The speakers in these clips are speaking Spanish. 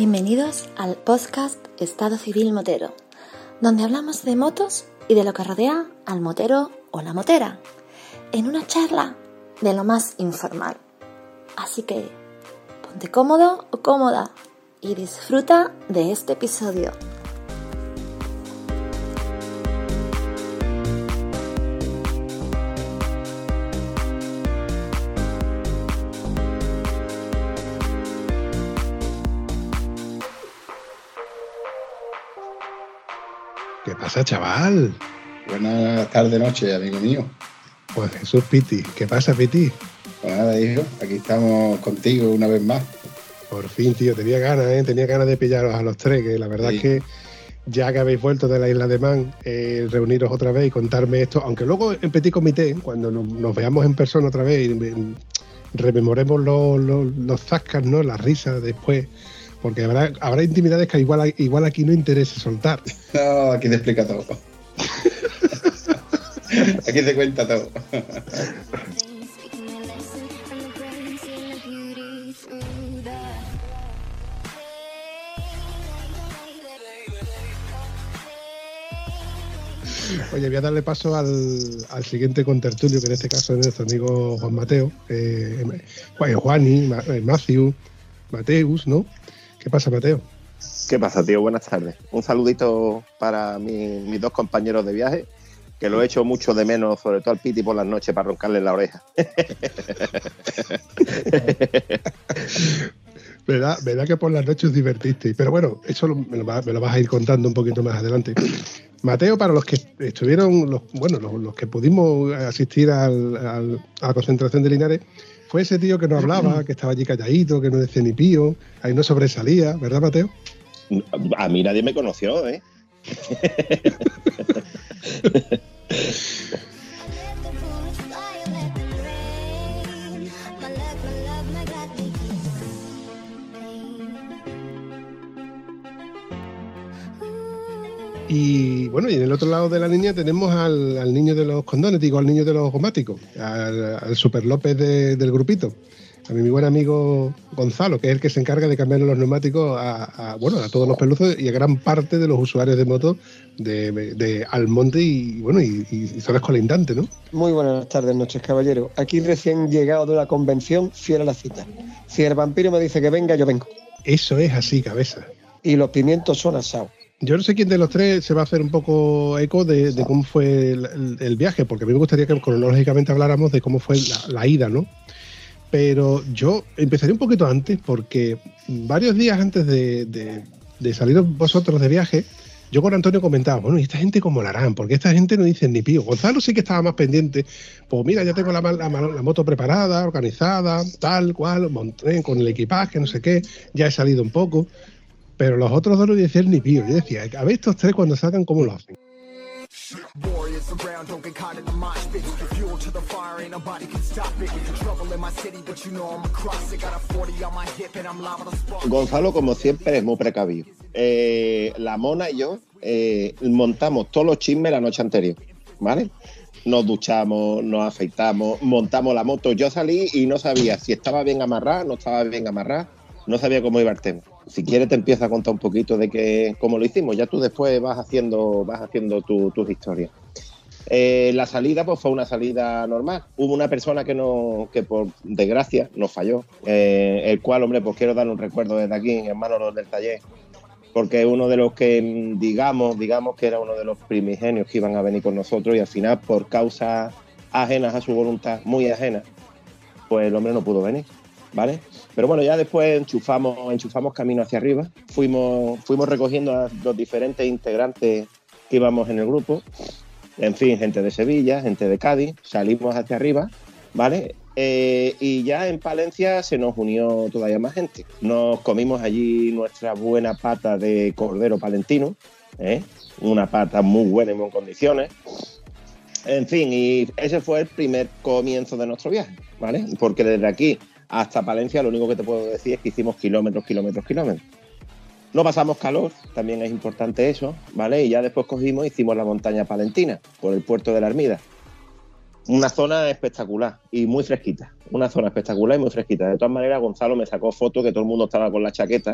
Bienvenidos al podcast Estado Civil Motero, donde hablamos de motos y de lo que rodea al motero o la motera, en una charla de lo más informal. Así que ponte cómodo o cómoda y disfruta de este episodio. ¿Qué pasa, chaval? Buenas tardes, noche, amigo mío. Pues Jesús Piti. ¿Qué pasa, Piti? Pues nada, hijo, aquí estamos contigo una vez más. Por fin, tío, tenía ganas de pillaros a los tres, que la verdad Sí. es que ya que habéis vuelto de la isla de Man, reuniros otra vez y contarme esto, aunque luego en petit comité, cuando nos veamos en persona otra vez y rememoremos los zascas, ¿no? Las risas después, porque habrá intimidades que igual aquí no interesa soltar. No, aquí te explica todo. Aquí te cuenta todo. Oye, voy a darle paso al siguiente contertulio, que en este caso es nuestro amigo Juan Mateo, Juani, Matthew, Mateus, ¿no? ¿Qué pasa, Mateo? ¿Qué pasa, tío? Buenas tardes. Un saludito para mis dos compañeros de viaje, que lo he hecho mucho de menos, sobre todo al Piti por las noches, para roncarle en la oreja. Verá que por las noches os divertisteis. Pero bueno, eso me lo vas a ir contando un poquito más adelante. Mateo, para los que estuvieron, los que pudimos asistir a la concentración de Linares, fue ese tío que no hablaba, que estaba allí calladito, que no decía ni pío, ahí no sobresalía, ¿verdad, Mateo? A mí nadie me conoció, ¿eh? Y bueno, y en el otro lado de la línea tenemos al niño de los condones, al niño de los gomáticos, al Super López del grupito, a mi buen amigo Gonzalo, que es el que se encarga de cambiar los neumáticos a todos los peluzos y a gran parte de los usuarios de motos de Almonte y zonas colindantes, ¿no? Muy buenas tardes, noches, caballero. Aquí recién llegado de la convención, fiel a la cita. Si el vampiro me dice que venga, yo vengo. Eso es así, cabeza. Y los pimientos son asados. Yo no sé quién de los tres se va a hacer un poco eco de cómo fue el viaje, porque a mí me gustaría que cronológicamente habláramos de cómo fue la ida, ¿no? Pero yo empezaría un poquito antes, porque varios días antes de salir vosotros de viaje, yo con Antonio comentaba, bueno, ¿y esta gente cómo la harán? Porque esta gente no dice ni pío. Gonzalo sí que estaba más pendiente. Pues mira, ya tengo la moto preparada, organizada, tal cual, monté con el equipaje, no sé qué, ya he salido un poco. Pero los otros dos no decían ni pío. Yo decía, a ver estos tres cuando salgan, ¿cómo lo hacen? Gonzalo, como siempre, es muy precavido. La Mona y yo montamos todos los chismes la noche anterior, ¿vale? Nos duchamos, nos afeitamos, montamos la moto. Yo salí y no sabía si estaba bien amarrada, no estaba bien amarrada, no sabía cómo iba el tema. Si quieres te empiezo a contar un poquito de cómo lo hicimos, ya tú después vas haciendo tus historias. La salida pues fue una salida normal. Hubo una persona que por desgracia nos falló, el cual, hombre, pues quiero dar un recuerdo desde aquí, hermano, los del taller, porque es uno de los que digamos que era uno de los primigenios que iban a venir con nosotros y al final, por causas ajenas a su voluntad, muy ajenas, pues el hombre no pudo venir, ¿vale? Pero bueno, ya después enchufamos camino hacia arriba, fuimos recogiendo a los diferentes integrantes que íbamos en el grupo, en fin, gente de Sevilla, gente de Cádiz, salimos hacia arriba, ¿vale? Y ya en Palencia se nos unió todavía más gente. Nos comimos allí nuestra buena pata de cordero palentino, una pata muy buena y muy en condiciones. En fin, y ese fue el primer comienzo de nuestro viaje, ¿vale? Porque desde aquí hasta Palencia lo único que te puedo decir es que hicimos kilómetros. No pasamos calor, también es importante eso, ¿vale? Y ya después hicimos la montaña palentina por el puerto de la Ermida. Una zona espectacular y muy fresquita. De todas maneras, Gonzalo me sacó fotos que todo el mundo estaba con la chaqueta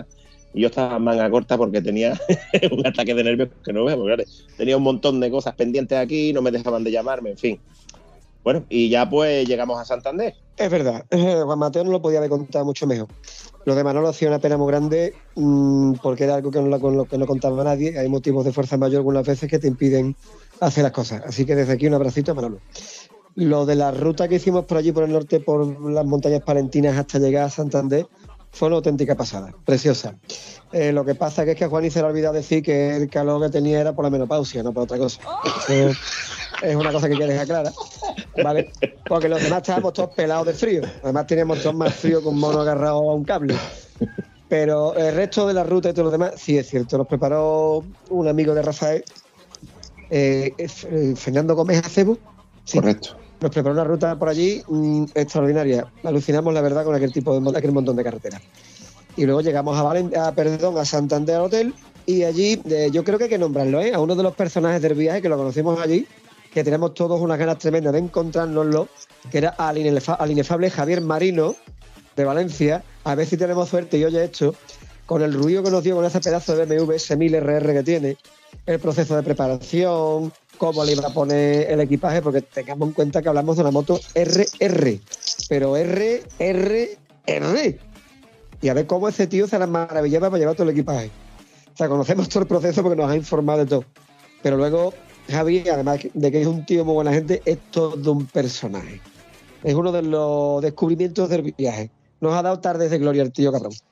y yo estaba en manga corta porque tenía un ataque de nervios que no veo, porque claro, tenía un montón de cosas pendientes aquí, no me dejaban de llamarme, en fin. Bueno, y ya pues llegamos a Santander. Es verdad, Juan Mateo no lo podía haber contado mucho mejor. Lo de Manolo hacía una pena muy grande porque era algo con lo que no contaba nadie. Hay motivos de fuerza mayor algunas veces que te impiden hacer las cosas. Así que desde aquí un abracito a Manolo. Lo de la ruta que hicimos por allí, por el norte, por las montañas palentinas hasta llegar a Santander, fue una auténtica pasada, preciosa. Lo que pasa es que a Juan se le ha olvidado decir que el calor que tenía era por la menopausia, no por otra cosa. Eso es una cosa que hay que dejar clara, ¿vale? Porque los demás estábamos todos pelados de frío. Además teníamos todos más frío con mono agarrado a un cable. Pero el resto de la ruta y todo lo demás, sí es cierto. Nos preparó un amigo de Rafael, Fernando Gómez Acebo. Sí. Correcto. Nos preparó una ruta por allí extraordinaria. Alucinamos, la verdad, con aquel montón de carreteras. Y luego llegamos a Santander al hotel, y allí yo creo que hay que nombrarlo, a uno de los personajes del viaje, que lo conocimos allí, que tenemos todos unas ganas tremendas de encontrárnoslo, que era al inefable Javier Marino, de Valencia. A ver si tenemos suerte y oye esto, con el ruido que nos dio con ese pedazo de BMW, ese 1000 RR que tiene, el proceso de preparación, cómo le iba a poner el equipaje, porque tengamos en cuenta que hablamos de una moto RR, pero RRR. Y a ver cómo ese tío se las maravillaba para llevar todo el equipaje. O sea, conocemos todo el proceso porque nos ha informado de todo. Pero luego, Javi, además de que es un tío muy buena gente, es todo un personaje. Es uno de los descubrimientos del viaje. Nos ha dado tardes de gloria el tío cabrón.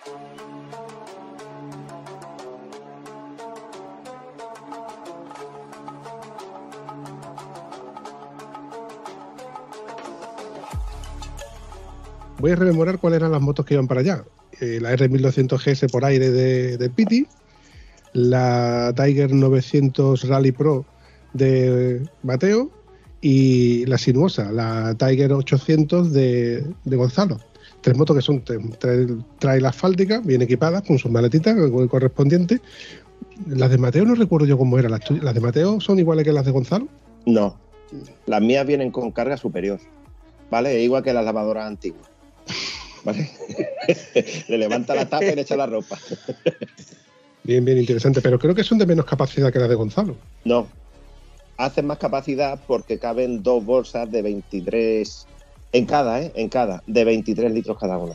Voy a rememorar cuáles eran las motos que iban para allá. La R1200 GS por aire de Piti, la Tiger 900 Rally Pro de Mateo y la sinuosa, la Tiger 800 de Gonzalo. 3 motos que son trail asfálticas, bien equipadas, con sus maletitas correspondientes. Las de Mateo no recuerdo yo cómo eran las tuyas. ¿Las de Mateo son iguales que las de Gonzalo? No, las mías vienen con carga superior, ¿vale? Es igual que las lavadoras antiguas. ¿Vale? Le levanta la tapa y le echa la ropa. Bien, bien interesante, pero creo que son de menos capacidad que las de Gonzalo. No, hacen más capacidad porque caben 2 bolsas de 23 en cada, de 23 litros cada una.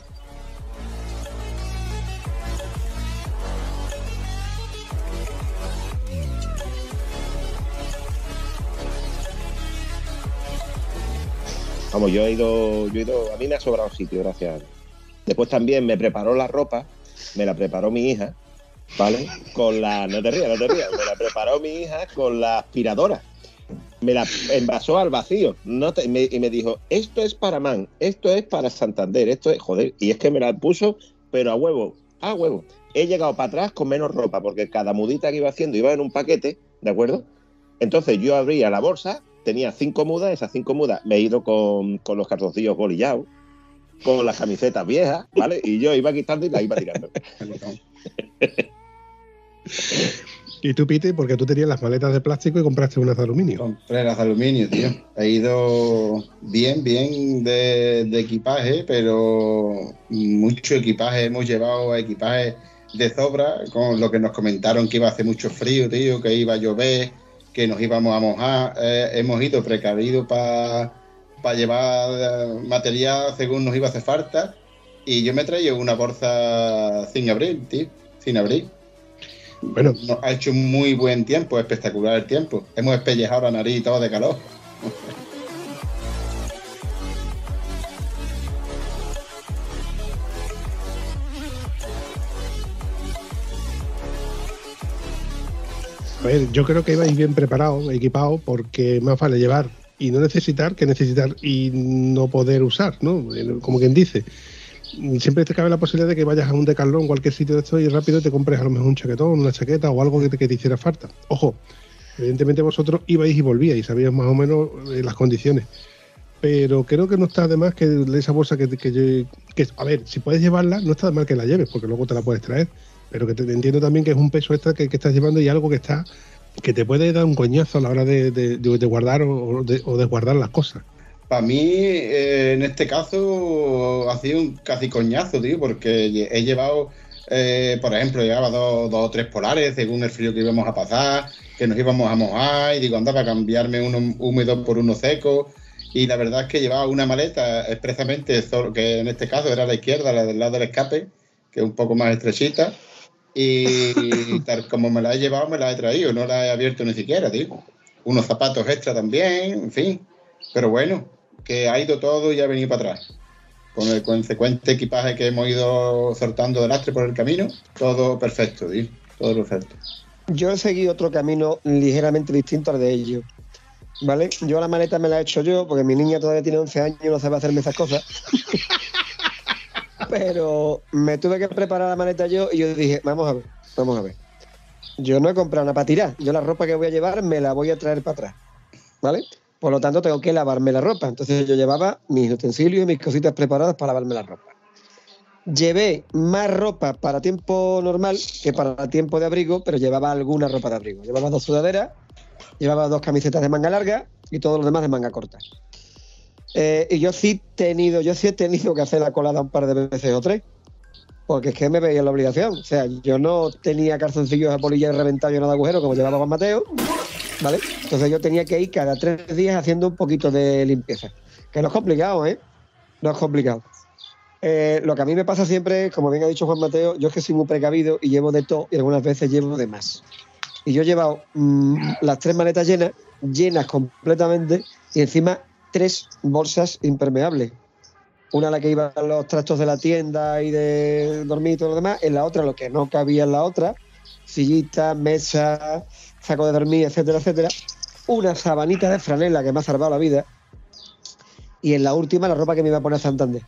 Vamos, yo he ido, a mí me ha sobrado sitio, gracias a Dios. Después también me preparó la ropa, me la preparó mi hija, ¿vale? No te rías, me la preparó mi hija con la aspiradora. Me la envasó al vacío, y me dijo, esto es para Man, esto es para Santander, esto es, joder, y es que me la puso, pero a huevo. He llegado para atrás con menos ropa, porque cada mudita que iba haciendo iba en un paquete, ¿de acuerdo? Entonces yo abría la bolsa, tenía 5 mudas, esas 5 mudas me he ido con los cartoncillos bolillados, con las camisetas viejas, ¿vale? Y yo iba quitando y las iba tirando. ¿Y tú, Piti? Porque tú tenías las maletas de plástico y compraste unas de aluminio. Compré las de aluminio, tío. He ido bien de equipaje, pero mucho equipaje. Hemos llevado equipaje de sobra, con lo que nos comentaron que iba a hacer mucho frío, tío, que iba a llover, que nos íbamos a mojar. Hemos ido precavidos para llevar material según nos iba a hacer falta. Y yo me he traído una bolsa sin abrir, tío, sin abrir. Bueno, nos ha hecho muy buen tiempo, espectacular el tiempo. Hemos espellejado la nariz y todo de calor. A ver, yo creo que ibais bien preparados, equipados, porque más vale llevar y no necesitar que necesitar y no poder usar, ¿no? Como quien dice. Siempre te cabe la posibilidad de que vayas a un Decathlon, cualquier sitio de esto, y rápido te compres a lo mejor un chaquetón, una chaqueta o algo que te hiciera falta. Ojo, evidentemente vosotros ibais y volvíais, sabíais más o menos las condiciones. Pero creo que no está de más que esa bolsa que a ver, si puedes llevarla, no está de mal que la lleves, porque luego te la puedes traer. Pero que te entiendo también que es un peso extra que estás llevando y algo que te puede dar un coñazo a la hora de guardar o desguardar las cosas. Para mí, en este caso, ha sido un casi coñazo, tío, porque he llevado Por ejemplo, llevaba dos o tres polares según el frío que íbamos a pasar, que nos íbamos a mojar, y digo, andaba a cambiarme uno húmedo por uno seco. Y la verdad es que llevaba una maleta expresamente, que en este caso era la izquierda, la del lado del escape, que es un poco más estrechita. Y tal como me la he llevado, me la he traído, no la he abierto ni siquiera, tío. Unos zapatos extra también, en fin. Pero bueno, que ha ido todo y ha venido para atrás. Con el consecuente equipaje que hemos ido soltando de lastre por el camino, todo perfecto, tío. Todo perfecto. Yo he seguido otro camino ligeramente distinto al de ellos, ¿vale? Yo la maleta me la he hecho yo, porque mi niña todavía tiene 11 años y no sabe hacerme esas cosas. Pero me tuve que preparar la maleta yo y yo dije, vamos a ver. Yo no he comprado una para tirar. Yo la ropa que voy a llevar me la voy a traer para atrás, ¿vale? Por lo tanto, tengo que lavarme la ropa. Entonces yo llevaba mis utensilios y mis cositas preparadas para lavarme la ropa. Llevé más ropa para tiempo normal que para tiempo de abrigo, pero llevaba alguna ropa de abrigo. Llevaba 2 sudaderas, llevaba 2 camisetas de manga larga y todo lo demás de manga corta. Y yo sí he tenido que hacer la colada un par de veces o 3, porque es que me veía la obligación. O sea, yo no tenía calzoncillos a polilla y reventado lleno de agujeros como llevaba Juan Mateo, ¿vale? Entonces yo tenía que ir cada 3 días haciendo un poquito de limpieza. Que no es complicado, ¿eh? No es complicado. Lo que a mí me pasa siempre, como bien ha dicho Juan Mateo, yo es que soy muy precavido y llevo de todo y algunas veces llevo de más. Y yo he llevado las 3 maletas llenas completamente, y encima 3 bolsas impermeables. Una a la que iban los trastos de la tienda y de dormir y todo lo demás, en la otra lo que no cabía en la otra, sillitas, mesas, saco de dormir, etcétera, etcétera. Una sabanita de franela que me ha salvado la vida, y en la última la ropa que me iba a poner a Santander.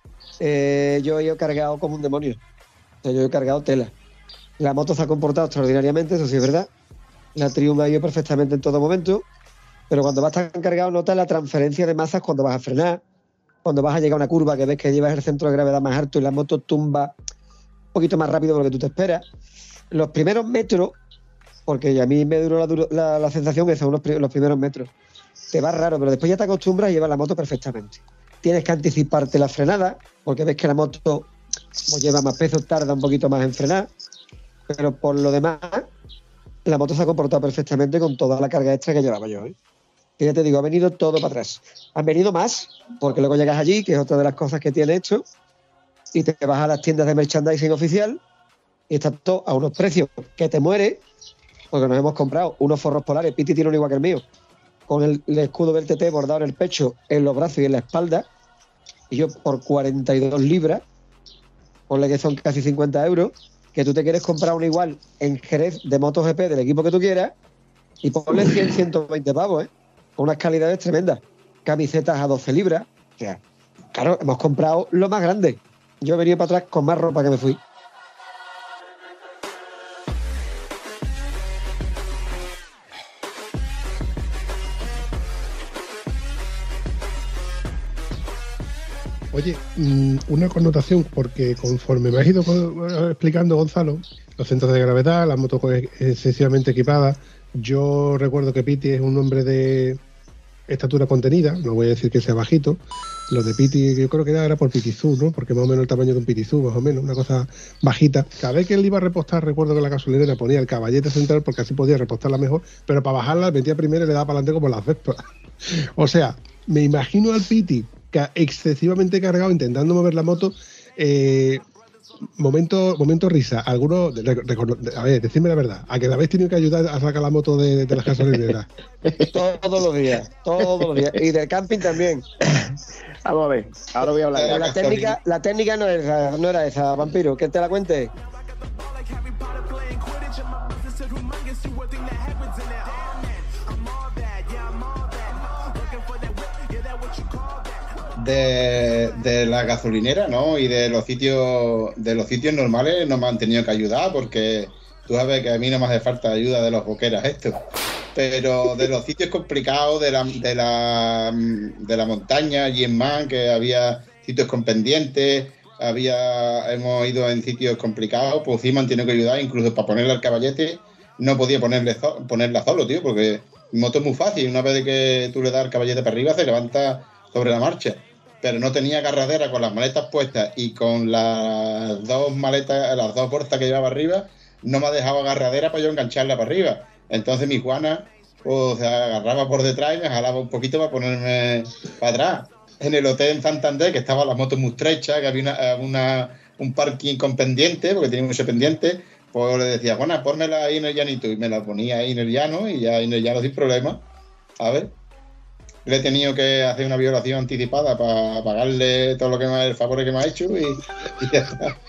Yo he cargado como un demonio. O sea, yo he cargado tela. La moto se ha comportado extraordinariamente, eso sí es verdad. La Triumph ha ido perfectamente en todo momento, pero cuando vas tan cargado notas la transferencia de masas cuando vas a frenar, cuando vas a llegar a una curva que ves que llevas el centro de gravedad más alto y la moto tumba un poquito más rápido de lo que tú te esperas. Los primeros metros, porque a mí me duró la sensación que son los primeros metros, te va raro, pero después ya te acostumbras y llevas la moto perfectamente. Tienes que anticiparte la frenada, porque ves que la moto, como lleva más peso, tarda un poquito más en frenar, pero por lo demás la moto se ha comportado perfectamente con toda la carga extra que llevaba yo, ¿eh? Y ya te digo, ha venido todo para atrás. Han venido más, porque luego llegas allí, que es otra de las cosas que tiene esto, y te vas a las tiendas de merchandising oficial y está todo a unos precios que te mueres, porque nos hemos comprado unos forros polares. Piti tiene uno igual que el mío, con el escudo del TT bordado en el pecho, en los brazos y en la espalda, y yo por 42 libras, ponle que son casi 50 euros, que tú te quieres comprar uno igual en Jerez de MotoGP del equipo que tú quieras, y ponle 100, 120 pavos, ¿eh? Con unas calidades tremendas. Camisetas a 12 libras. O sea, claro, hemos comprado lo más grande. Yo he venido para atrás con más ropa que me fui. Oye, una connotación, porque conforme me has ido explicando, Gonzalo, los centros de gravedad, las motos excesivamente equipadas, yo recuerdo que Piti es un hombre de estatura contenida, no voy a decir que sea bajito. Lo de Piti, yo creo que era por Pitizú, ¿no? Porque más o menos el tamaño de un Pitizú, más o menos, una cosa bajita. Cada vez que él iba a repostar, recuerdo que la gasolinera ponía el caballete central porque así podía repostarla mejor, pero para bajarla metía primero y le daba para adelante como las Vespas. O sea, me imagino al Piti excesivamente cargado intentando mover la moto. Momento risa. Algunos, a ver, decidme la verdad, ¿a que la habéis tenido que ayudar a sacar la moto de las gasolineras? Todos los días. Y del camping también. Vamos a ver, ahora voy a hablar. La técnica no era esa, Vampiro, que te la cuente. De la gasolinera, ¿no? Y de los sitios normales no me han tenido que ayudar, porque tú sabes que a mí no me hace falta ayuda de los boqueras estos. Pero de los sitios complicados de la montaña, allí en Man, que había sitios con pendientes, hemos ido en sitios complicados, pues sí me han tenido que ayudar, incluso para ponerle al caballete no podía ponerla solo, tío, porque mi moto es muy fácil, una vez que tú le das el caballete para arriba se levanta sobre la marcha. pero no tenía agarradera con las maletas puestas y con las dos maletas, las dos bolsas que llevaba arriba, no me dejaba agarradera para yo engancharla para arriba. Entonces mi Juana pues, se agarraba por detrás y me jalaba un poquito para ponerme para atrás. En el hotel en Santander, que estaban las motos muy estrechas, que había un parking con pendiente, porque tenía mucho pendiente, pues le decía, Juana, pónmela ahí en el llanito, y me la ponía ahí en el llano, y ya en el llano sin problema. A ver, le he tenido que hacer una violación anticipada para pagarle todo lo que el favor que me ha hecho, y ya está.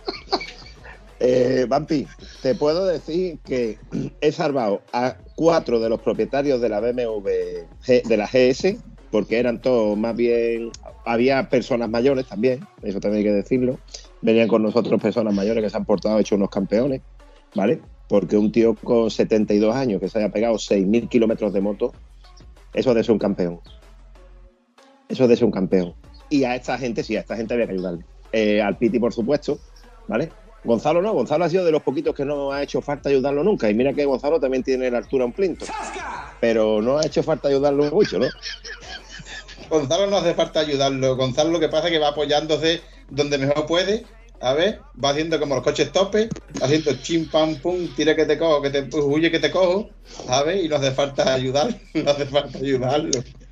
Vampi, te puedo decir que he salvado a 4 de los propietarios de la BMW, de la GS, porque eran todos más bien, había personas mayores también, eso también hay que decirlo, venían con nosotros personas mayores que se han portado hecho unos campeones, ¿vale? Porque un tío con 72 años que se haya pegado 6.000 kilómetros de moto, eso es de ser un campeón. Eso es de ser un campeón. Y a esta gente, sí, a esta gente había que ayudarle. Al Piti, por supuesto, ¿vale? Gonzalo no, Gonzalo ha sido de los poquitos que no ha hecho falta ayudarlo nunca. Y mira que Gonzalo también tiene la altura un plinto. Pero no ha hecho falta ayudarlo mucho, ¿no? Gonzalo no hace falta ayudarlo. Gonzalo lo que pasa es que va apoyándose donde mejor puede. A ver, va haciendo como los coches tope, haciendo chim, pam, pum, tira que te cojo, que te huye que te cojo. A ver, y no hace falta ayudarlo. No hace falta ayudarlo.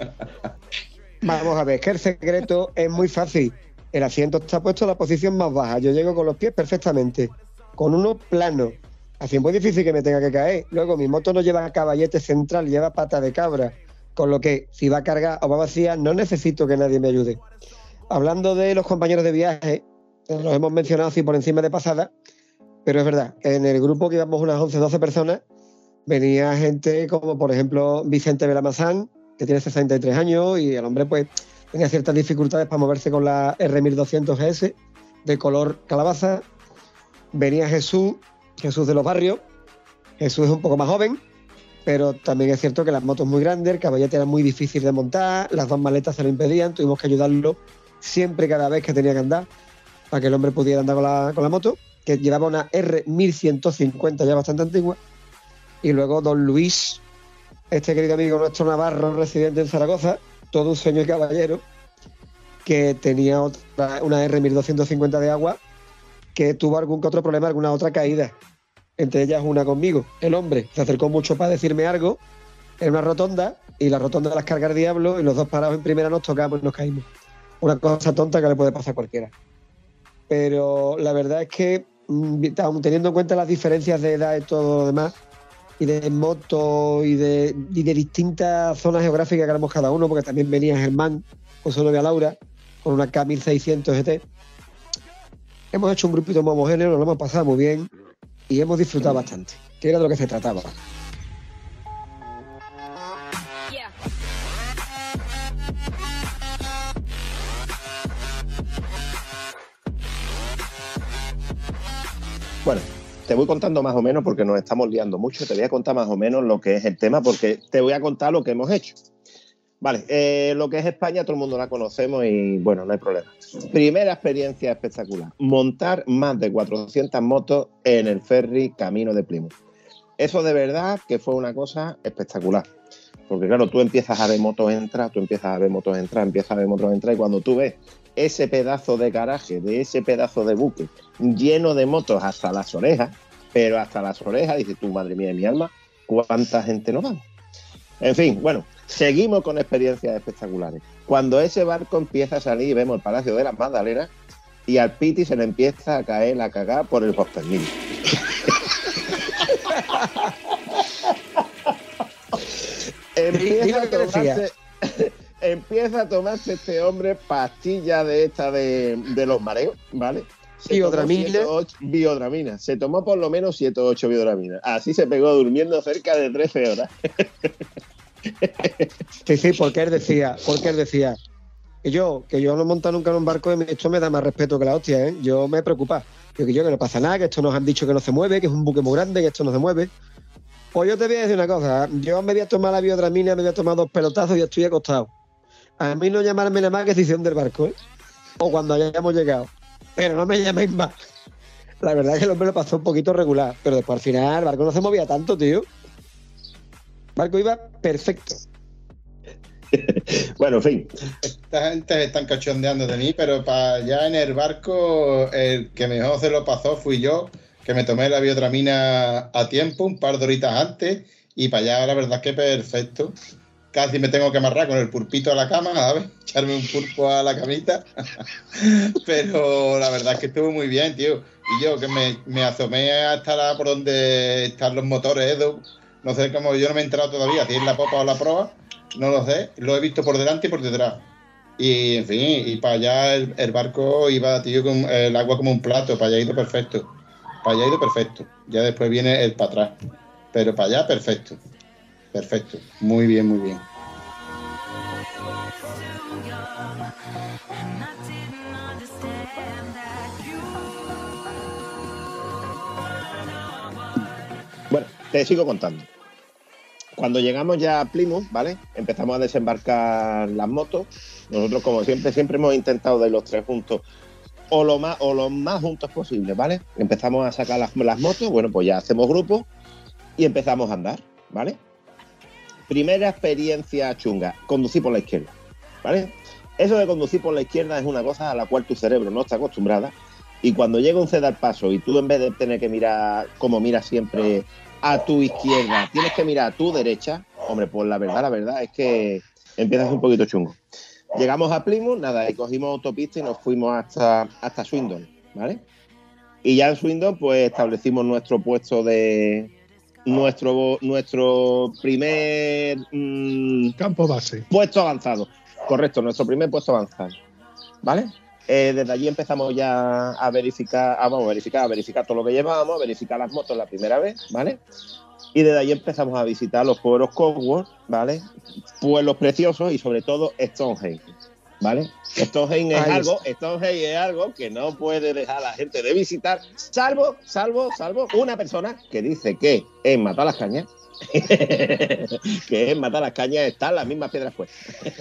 Vamos a ver, es que el secreto es muy fácil. El asiento está puesto en la posición más baja. Yo llego con los pies perfectamente, con uno plano. Así es muy difícil que me tenga que caer. Luego, mi moto no lleva caballete central, lleva pata de cabra. Con lo que, si va a cargar o va vacía, no necesito que nadie me ayude. Hablando de los compañeros de viaje, los hemos mencionado así por encima de pasada, pero es verdad, en el grupo que íbamos unas 11 12 personas, venía gente como, por ejemplo, Vicente Belamazán, que tiene 63 años, y el hombre, pues, tenía ciertas dificultades para moverse con la R1200 GS de color calabaza. Venía Jesús de los Barrios. Jesús es un poco más joven, pero también es cierto que las motos muy grandes, el caballete era muy difícil de montar, las dos maletas se lo impedían, tuvimos que ayudarlo siempre, cada vez que tenía que andar, para que el hombre pudiera andar con la moto, que llevaba una R1150 ya bastante antigua. Y luego don Luis, este querido amigo nuestro navarro, residente en Zaragoza, todo un sueño de caballero, que tenía una R1250 de agua, que tuvo algún que otro problema, alguna otra caída, entre ellas una conmigo. El hombre se acercó mucho para decirme algo en una rotonda, y la rotonda las carga el diablo, y los dos parados en primera nos tocamos y nos caímos. Una cosa tonta que le puede pasar a cualquiera. Pero la verdad es que, aun teniendo en cuenta las diferencias de edad y todo lo demás, y de moto y de distintas zonas geográficas que éramos cada uno, porque también venía Germán con su novia Laura, con una K1600 GT. Hemos hecho un grupito muy homogéneo, nos lo hemos pasado muy bien y hemos disfrutado bastante, que era de lo que se trataba. Bueno, te voy contando más o menos porque nos estamos liando mucho. Te voy a contar más o menos lo que es el tema porque te voy a contar lo que hemos hecho. Vale, lo que es España todo el mundo la conocemos y bueno, no hay problema. Primera experiencia espectacular. Montar más de 400 motos en el ferry Camino de Plymouth. Eso de verdad que fue una cosa espectacular. Porque claro, tú empiezas a ver motos entrar, y cuando tú ves ese pedazo de garaje, de ese pedazo de buque lleno de motos hasta las orejas, pero hasta las orejas, dices tú, madre mía de mi alma, ¿cuánta gente nos va? En fin, bueno, seguimos con experiencias espectaculares. Cuando ese barco empieza a salir y vemos el Palacio de las Magdalenas y al Piti se le empieza a caer la cagada por el Postermini. Empieza a tomarse este hombre pastillas de esta de los mareos, ¿vale? Biodramina. Se tomó por lo menos 7 o 8 biodraminas. Así se pegó durmiendo cerca de 13 horas. Sí, porque él decía que yo no he montado nunca en un barco y esto me da más respeto que la hostia, ¿eh? Yo me preocupa. Que no pasa nada, que esto nos han dicho que no se mueve, que es un buque muy grande, que esto no se mueve. Pues yo te voy a decir una cosa, yo me voy a tomar la biodramina, me voy a tomar 2 pelotazos y estoy acostado. A mí no llamarme nada más que decisión del barco, ¿eh? O cuando hayamos llegado. Pero no me llaméis más. La verdad es que el hombre lo pasó un poquito regular, pero después al final el barco no se movía tanto, tío. El barco iba perfecto. Bueno, en fin. Esta gente están cachondeando de mí, pero para allá en el barco, el que mejor se lo pasó fui yo, que me tomé la biotramina a tiempo, un par de horitas antes, y para allá la verdad es que perfecto. Casi me tengo que amarrar con el pulpito a la cama, ¿sabes? Echarme un pulpo a la camita. Pero la verdad es que estuvo muy bien, tío. Y yo que me asomé hasta por donde están los motores, Edu. No sé cómo, yo no me he enterado todavía, si es la popa o la proa, no lo sé. Lo he visto por delante y por detrás. Y en fin, y para allá el barco iba, tío, con el agua como un plato, para allá ha ido perfecto. Para allá ha ido perfecto. Ya después viene el para atrás. Pero para allá perfecto. Perfecto. Muy bien, muy bien. Bueno, te sigo contando. Cuando llegamos ya a Plymouth, ¿vale? Empezamos a desembarcar las motos. Nosotros, como siempre hemos intentado de los tres juntos o lo más juntos posible, ¿vale? Empezamos a sacar las motos, bueno, pues ya hacemos grupo y empezamos a andar, ¿vale? Primera experiencia chunga, conducir por la izquierda, ¿vale? Eso de conducir por la izquierda es una cosa a la cual tu cerebro no está acostumbrada, y cuando llega un ceda al paso y tú, en vez de tener que mirar como miras siempre a tu izquierda, tienes que mirar a tu derecha, hombre, pues la verdad es que empiezas un poquito chungo. Llegamos a Plymouth, nada, y cogimos autopista y nos fuimos hasta Swindon, ¿vale? Y ya en Swindon pues establecimos nuestro puesto de... Nuestro primer campo base. Puesto avanzado. Correcto, nuestro primer puesto avanzado. ¿Vale? Desde allí empezamos ya a verificar todo lo que llevábamos, a verificar las motos la primera vez, ¿vale? Y desde allí empezamos a visitar los pueblos Cotswold, ¿vale? Pueblos preciosos y sobre todo Stonehenge, ¿vale? Stonehenge es algo que no puede dejar a la gente de visitar, salvo una persona que dice que en Matalascañas están las mismas piedras puestas.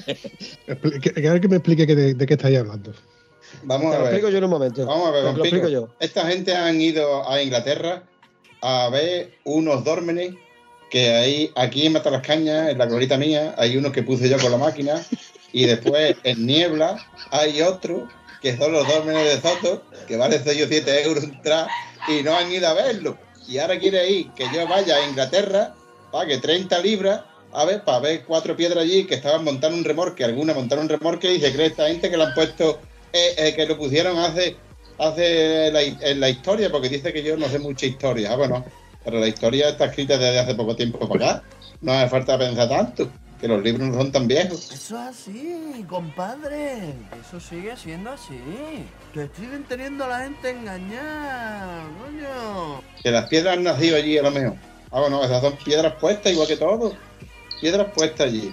Que me explique de qué estáis hablando. Vamos a ver. Lo explico yo en un momento. Vamos a ver, lo explico yo. Esta gente han ido a Inglaterra a ver unos dólmenes que hay aquí en Matalascañas, en la glorita mía, hay unos que puse yo con la máquina, y después en Niebla hay otros que son los dólmenes de Zoto, que vale 6 o 7 euros entrar, y no han ido a verlo. Y ahora quiere ir que yo vaya a Inglaterra, pague 30 libras, a ver, para ver 4 piedras allí que estaban montando un remorque, alguna montaron un remorque, y se cree esta gente que lo han puesto, que lo pusieron en la historia, porque dice que yo no sé mucha historia. Bueno, pero la historia está escrita desde hace poco tiempo para acá. No hace falta pensar tanto, que los libros no son tan viejos. Eso es así, compadre. Eso sigue siendo así. Que siguen teniendo a la gente engañada, coño. Que las piedras han nacido allí a lo mejor. Bueno, esas son piedras puestas igual que todo. Piedras puestas allí.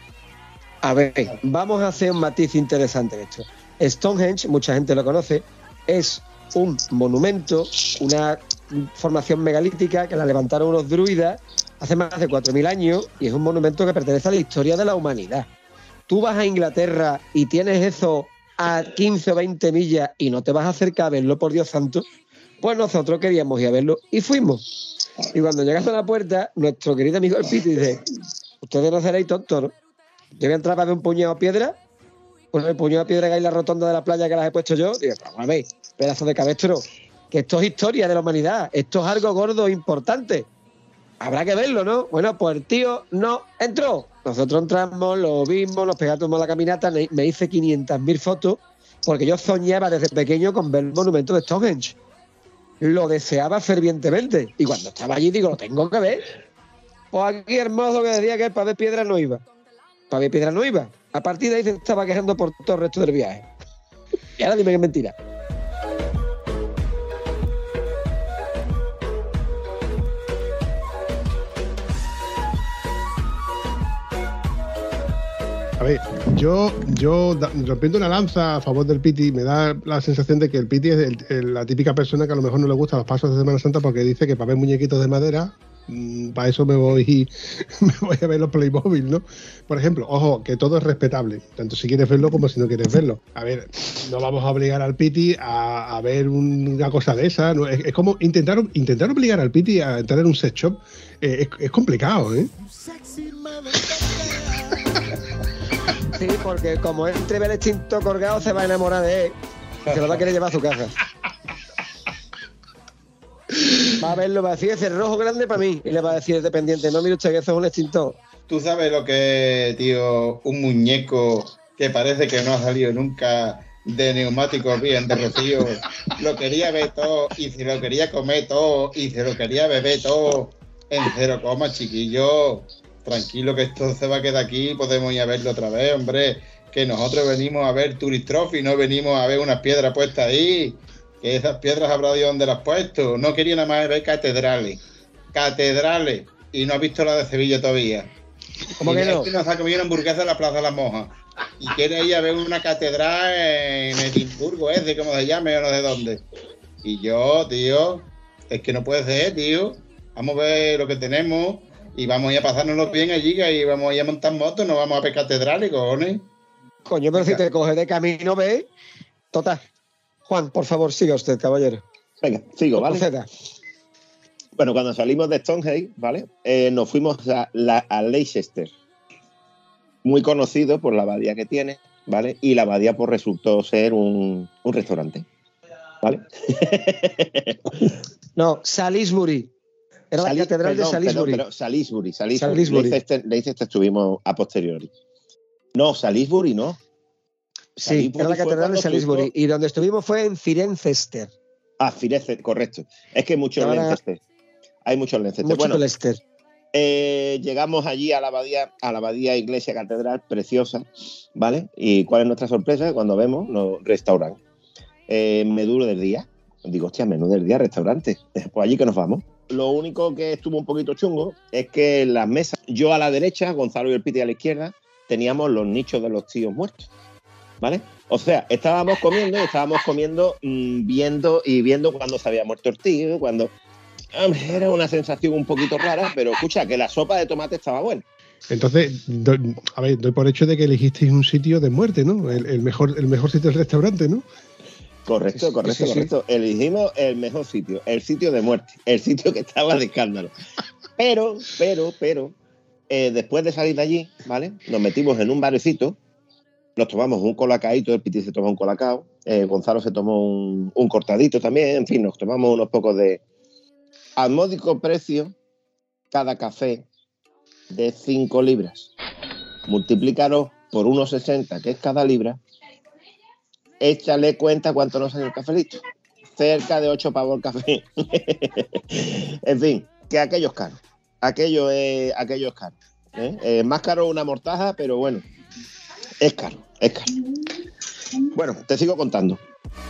A ver, vamos a hacer un matiz interesante en esto. Stonehenge, mucha gente lo conoce, es un monumento, una formación megalítica que la levantaron unos druidas hace más de 4.000 años, y es un monumento que pertenece a la historia de la humanidad. Tú vas a Inglaterra y tienes eso a 15 o 20 millas y no te vas a acercar a verlo, por Dios santo. Pues nosotros queríamos ir a verlo y fuimos. Y cuando llegamos a la puerta, nuestro querido amigo el Piti dice: ustedes no seréis tontos, ¿no? Yo voy a entrar para ver un puñado de piedra, con el puñado de piedra que hay en la rotonda de la playa que las he puesto yo. Digo, vamos a ver, pedazo de cabestro, que esto es historia de la humanidad, esto es algo gordo e importante. Habrá que verlo, ¿no? Bueno, pues el tío no entró. Nosotros entramos, lo vimos, nos pegamos la caminata, me hice 500.000 fotos, porque yo soñaba desde pequeño con ver el monumento de Stonehenge. Lo deseaba fervientemente. Y cuando estaba allí, digo, lo tengo que ver. Pues aquí hermoso que decía que para ver piedras no iba. Para ver piedras no iba. A partir de ahí se estaba quejando por todo el resto del viaje. Y ahora dime que es mentira. A ver, yo rompiendo una lanza a favor del Piti, me da la sensación de que el Piti es la típica persona que a lo mejor no le gustan los pasos de Semana Santa, porque dice que para ver muñequitos de madera, para eso me voy a ver los Playmobil, ¿no? Por ejemplo, ojo, que todo es respetable, tanto si quieres verlo como si no quieres verlo. A ver, no vamos a obligar al Piti a ver una cosa de esa, ¿no? Es como intentar obligar al Piti a entrar en un sex shop, es complicado, ¿eh? Sí, porque como entre ve el extinto colgado, se va a enamorar de él. Se lo va a querer llevar a su casa. Va a verlo, va a decir, ese rojo grande para mí. Y le va a decir el dependiente, no, mire usted que eso es un extintor. ¿Tú sabes lo que es, tío, un muñeco que parece que no ha salido nunca de neumáticos bien de Rocío? Lo quería ver todo y se lo quería comer todo y se lo quería beber todo en 0, chiquillo. Tranquilo que esto se va a quedar aquí, podemos ir a verlo otra vez, hombre. Que nosotros venimos a ver Tourist Trophy, no venimos a ver unas piedras puestas ahí. Que esas piedras habrá Dios dónde las has puesto. No quería nada más ver catedrales. Catedrales. Y no has visto la de Sevilla todavía. ¿Cómo que no? Este nos ha comido una hamburguesa en la Plaza de las Monjas. Y quiere ir a ver una catedral en Edimburgo, ese, como se llame, o no sé dónde. Y yo, tío, es que no puede ser, tío. Vamos a ver lo que tenemos y vamos a ir a pasárnoslo bien allí, y vamos a ir a montar motos, nos vamos a ver catedrales, cojones. Coño, pero si te coges de camino, ve. Total. Juan, por favor, siga usted, caballero. Venga, sigo, ¿vale? Proceda. Bueno, cuando salimos de Stonehenge, ¿vale? Nos fuimos a Leicester. Muy conocido por la abadía que tiene, ¿vale? Y la abadía pues resultó ser un restaurante, ¿vale? No, Salisbury. Era la catedral de Salisbury. Pero Salisbury. Leicester estuvimos a posteriori. No, Salisbury no. Sí, Salisbury era la catedral de Salisbury. Y donde estuvimos fue en Cirencester. Ah, Cirencester, correcto. Es que hay muchos Leicester. Hay muchos Leicester. Mucho Leicester. Llegamos allí a la abadía iglesia catedral, preciosa, ¿vale? Y ¿cuál es nuestra sorpresa? Cuando vemos los restaurantes. Menú del día. Digo, hostia, menú del día, restaurante. Pues allí que nos vamos. Lo único que estuvo un poquito chungo es que en las mesas, yo a la derecha, Gonzalo y el Piti a la izquierda, teníamos los nichos de los tíos muertos, ¿vale? O sea, estábamos comiendo viendo cuando se había muerto el tío, cuando... Era una sensación un poquito rara, pero escucha, que la sopa de tomate estaba buena. Entonces, a ver, doy por hecho de que elegisteis un sitio de muerte, ¿no? El mejor sitio del restaurante, ¿no? Correcto. Elegimos el mejor sitio, el sitio de muerte, el sitio que estaba de escándalo. Pero, después de salir de allí, ¿vale? Nos metimos en un barecito, nos tomamos un colacaito, el Piti se tomó un colacao, Gonzalo se tomó un cortadito también, en fin, nos tomamos unos pocos de... Al módico precio, cada café de 5 libras. Multiplícalo por 1,60, que es cada libra. Échale cuenta cuánto nos sale el cafelito. Cerca de 8 pavos el café. En fin, que aquello es caro. Aquello es caro. Más caro una mortaja, pero bueno, es caro. Bueno, te sigo contando.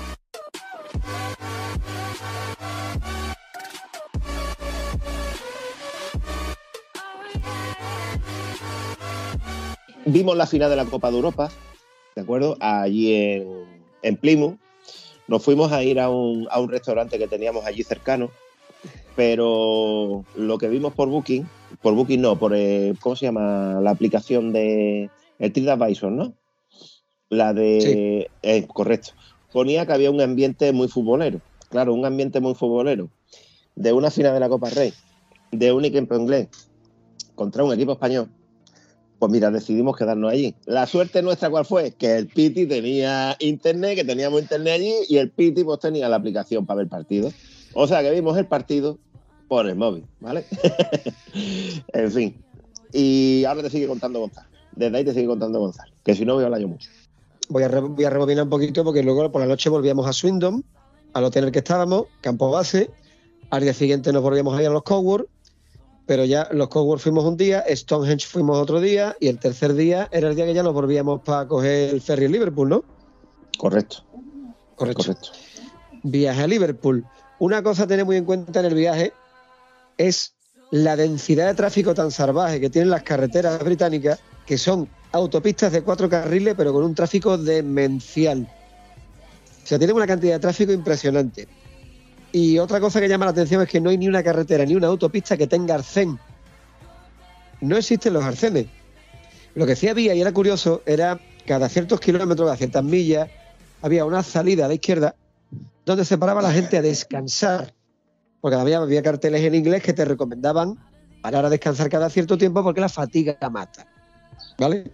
Vimos la final de la Copa de Europa, ¿de acuerdo? Allí en Plymouth. Nos fuimos a ir a un restaurante que teníamos allí cercano, pero lo que vimos por Booking no, ¿cómo se llama? La aplicación de el TripAdvisor, ¿no? La de... Sí. Correcto. Ponía que había un ambiente muy futbolero. Claro, un ambiente muy futbolero. De una final de la Copa Rey, de un equipo inglés contra un equipo español. Pues mira, decidimos quedarnos allí. La suerte nuestra, ¿cuál fue? Que el Piti tenía internet, que teníamos internet allí, y el Piti pues tenía la aplicación para ver partido. O sea, que vimos el partido por el móvil, ¿vale? En fin. Y ahora te sigue contando Gonzalo. Desde ahí te sigue contando Gonzalo, que si no voy a hablar yo mucho. Voy a rebobinar un poquito porque luego por la noche volvíamos a Swindon, al hotel en el que estábamos, campo base. Al día siguiente nos volvíamos a ir a los Cotswolds, pero ya los Cotswolds fuimos un día, Stonehenge fuimos otro día, y el tercer día era el día que ya nos volvíamos para coger el ferry en Liverpool, ¿no? Correcto. Viaje a Liverpool. Una cosa a tener muy en cuenta en el viaje es la densidad de tráfico tan salvaje que tienen las carreteras británicas, que son autopistas de 4 carriles, pero con un tráfico demencial. O sea, tienen una cantidad de tráfico impresionante. Y otra cosa que llama la atención es que no hay ni una carretera ni una autopista que tenga arcén. No existen los arcenes. Lo que sí había, y era curioso, era cada ciertos kilómetros, a ciertas millas, había una salida a la izquierda donde se paraba la gente a descansar. Porque había carteles en inglés que te recomendaban parar a descansar cada cierto tiempo porque la fatiga mata, ¿vale?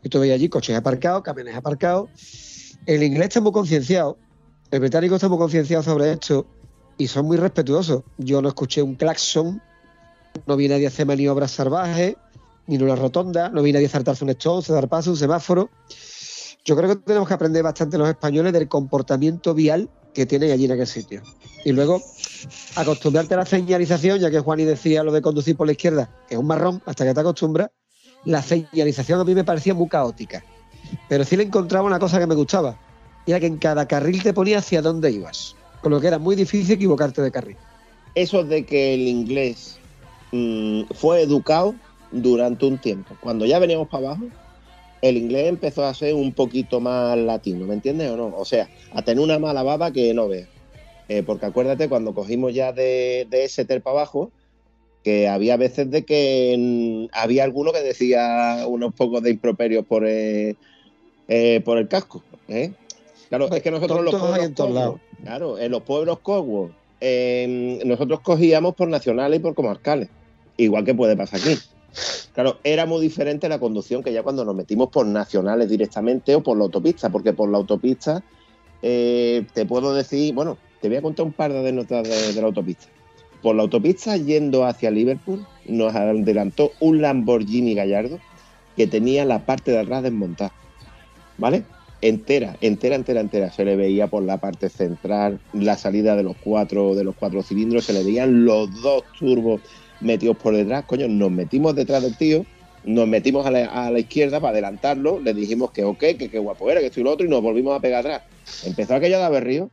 Y tú veías allí coches aparcados, camiones aparcados. El inglés está muy concienciado, el británico está muy concienciado sobre esto y son muy respetuosos. Yo no escuché un claxon, no vi nadie hacer maniobras salvajes, ni en una rotonda, no vi nadie saltarse un stop, dar paso, un semáforo. Yo creo que tenemos que aprender bastante los españoles del comportamiento vial que tienen allí en aquel sitio. Y luego acostumbrarte a la señalización, ya que Juani decía lo de conducir por la izquierda, que es un marrón, hasta que te acostumbras. La señalización a mí me parecía muy caótica. Pero sí le encontraba una cosa que me gustaba, y era que en cada carril te ponía hacia dónde ibas, con lo que era muy difícil equivocarte de carril. Eso de que el inglés fue educado durante un tiempo. Cuando ya veníamos para abajo, el inglés empezó a ser un poquito más latino, ¿me entiendes o no? O sea, a tener una mala baba que no veas. Porque acuérdate, cuando cogimos ya de Exeter para abajo, que había veces de que había alguno que decía unos pocos de improperios por el casco. Claro, es que nosotros en los pueblos claro, en los pueblos Cotswold, nosotros cogíamos por nacionales y por comarcales, igual que puede pasar aquí. Claro, era muy diferente la conducción que ya cuando nos metimos por nacionales directamente o por la autopista, porque por la autopista te puedo decir, bueno, te voy a contar un par de anécdotas de la autopista. Por la autopista yendo hacia Liverpool nos adelantó un Lamborghini Gallardo que tenía la parte de atrás desmontada, ¿vale? Entera. Se le veía por la parte central la salida de los cuatro cilindros, se le veían los dos turbos metidos por detrás. Coño, nos metimos detrás del tío, nos metimos a la izquierda para adelantarlo, le dijimos que ok, que qué guapo era, que esto y lo otro, y nos volvimos a pegar atrás. Empezó aquello a dar berrío.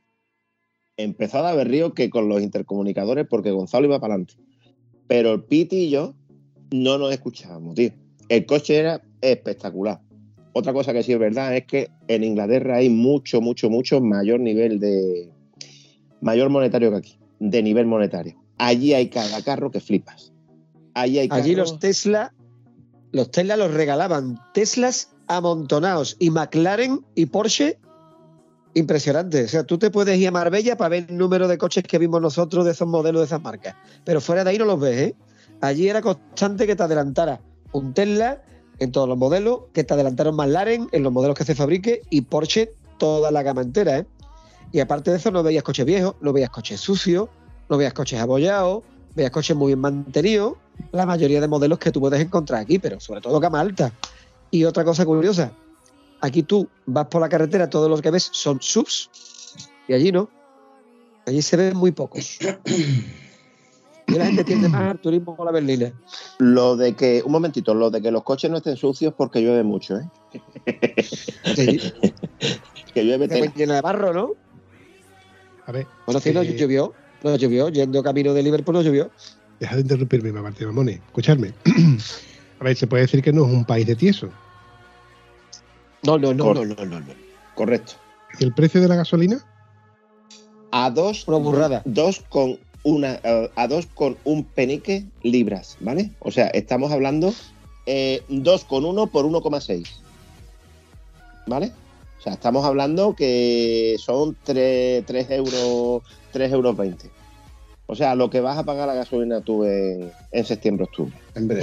Que con los intercomunicadores, porque Gonzalo iba para adelante. Pero el Piti y yo no nos escuchábamos, tío. El coche era espectacular. Otra cosa que sí es verdad es que en Inglaterra hay mucho mayor monetario que aquí, de nivel monetario. Allí hay cada carro que flipas. Allí los Tesla los regalaban, Teslas amontonados, y McLaren y Porsche impresionante. O sea, tú te puedes ir a Marbella para ver el número de coches que vimos nosotros de esos modelos, de esas marcas, pero fuera de ahí no los ves, ¿eh? Allí era constante que te adelantara un Tesla en todos los modelos, que te adelantaron McLaren en los modelos que se fabrique, y Porsche toda la gama entera, ¿eh? Y aparte de eso no veías coches viejos, no veías coches sucios, no veías coches abollados, veías coches muy bien mantenidos, la mayoría de modelos que tú puedes encontrar aquí, pero sobre todo gama alta. Y otra cosa curiosa, aquí tú vas por la carretera, todos los que ves son subs, y allí no. Allí se ven muy pocos. Y la gente tiende más al turismo con la berlina. Lo de que los coches no estén sucios porque llueve mucho, ¿eh? Sí. Que llueve lleno de barro, ¿no? A ver. Bueno, sí, no llovió, yendo camino de Liverpool no llovió. Deja de interrumpirme, Mamones. Escuchadme. A ver, se puede decir que no es un país de tieso. No. Correcto. ¿Y el precio de la gasolina? Una burrada. A 2,1 penique libras, ¿vale? O sea, estamos hablando 2,1 por 1,6, ¿vale? O sea, estamos hablando que son 3 euros 20. O sea, lo que vas a pagar la gasolina tú en septiembre-octubre. En breve.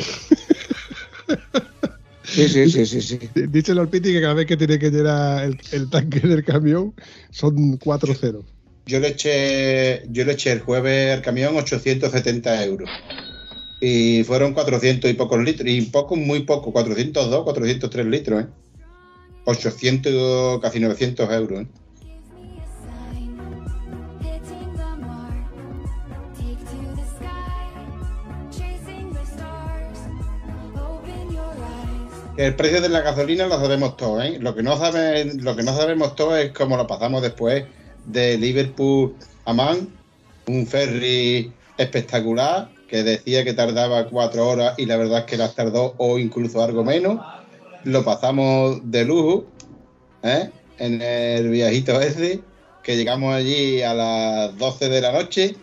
Sí. Díselo al Piti que cada vez que tiene que llenar el tanque del camión son 4 ceros. Yo le eché el jueves al camión 870 euros. Y fueron 400 y pocos litros. Y muy poco, 402, 403 litros, ¿eh? 800, casi 900 euros, ¿eh? El precio de la gasolina lo sabemos todos, ¿eh? Lo que no sabemos todos es cómo lo pasamos después de Liverpool a Man, un ferry espectacular que decía que tardaba 4 horas y la verdad es que las tardó o incluso algo menos. Lo pasamos de lujo, ¿eh? En el viajito ese, que llegamos allí a las 12 de la noche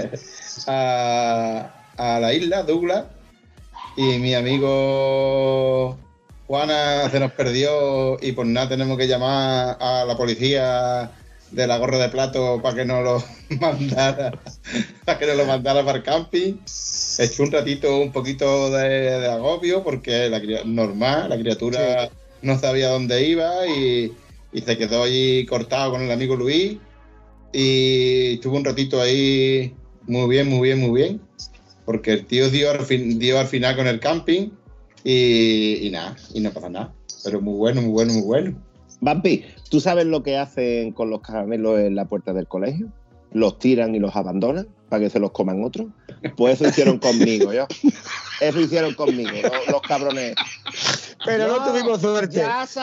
a la isla Douglas, y mi amigo Juana se nos perdió y por nada tenemos que llamar a la policía de la gorra de plato para que no lo mandara, para el camping. Echó un ratito un poquito de agobio porque la criatura no sabía dónde iba y se quedó ahí cortado con el amigo Luis y estuvo un ratito ahí muy bien, porque el tío dio al final con el camping y nada, y no pasa nada, pero muy bueno. Vampi, ¿tú sabes lo que hacen con los caramelos en la puerta del colegio? Los tiran y los abandonan para que se los coman otros. Pues eso hicieron conmigo, los cabrones. Pero no tuvimos suerte. Ya ha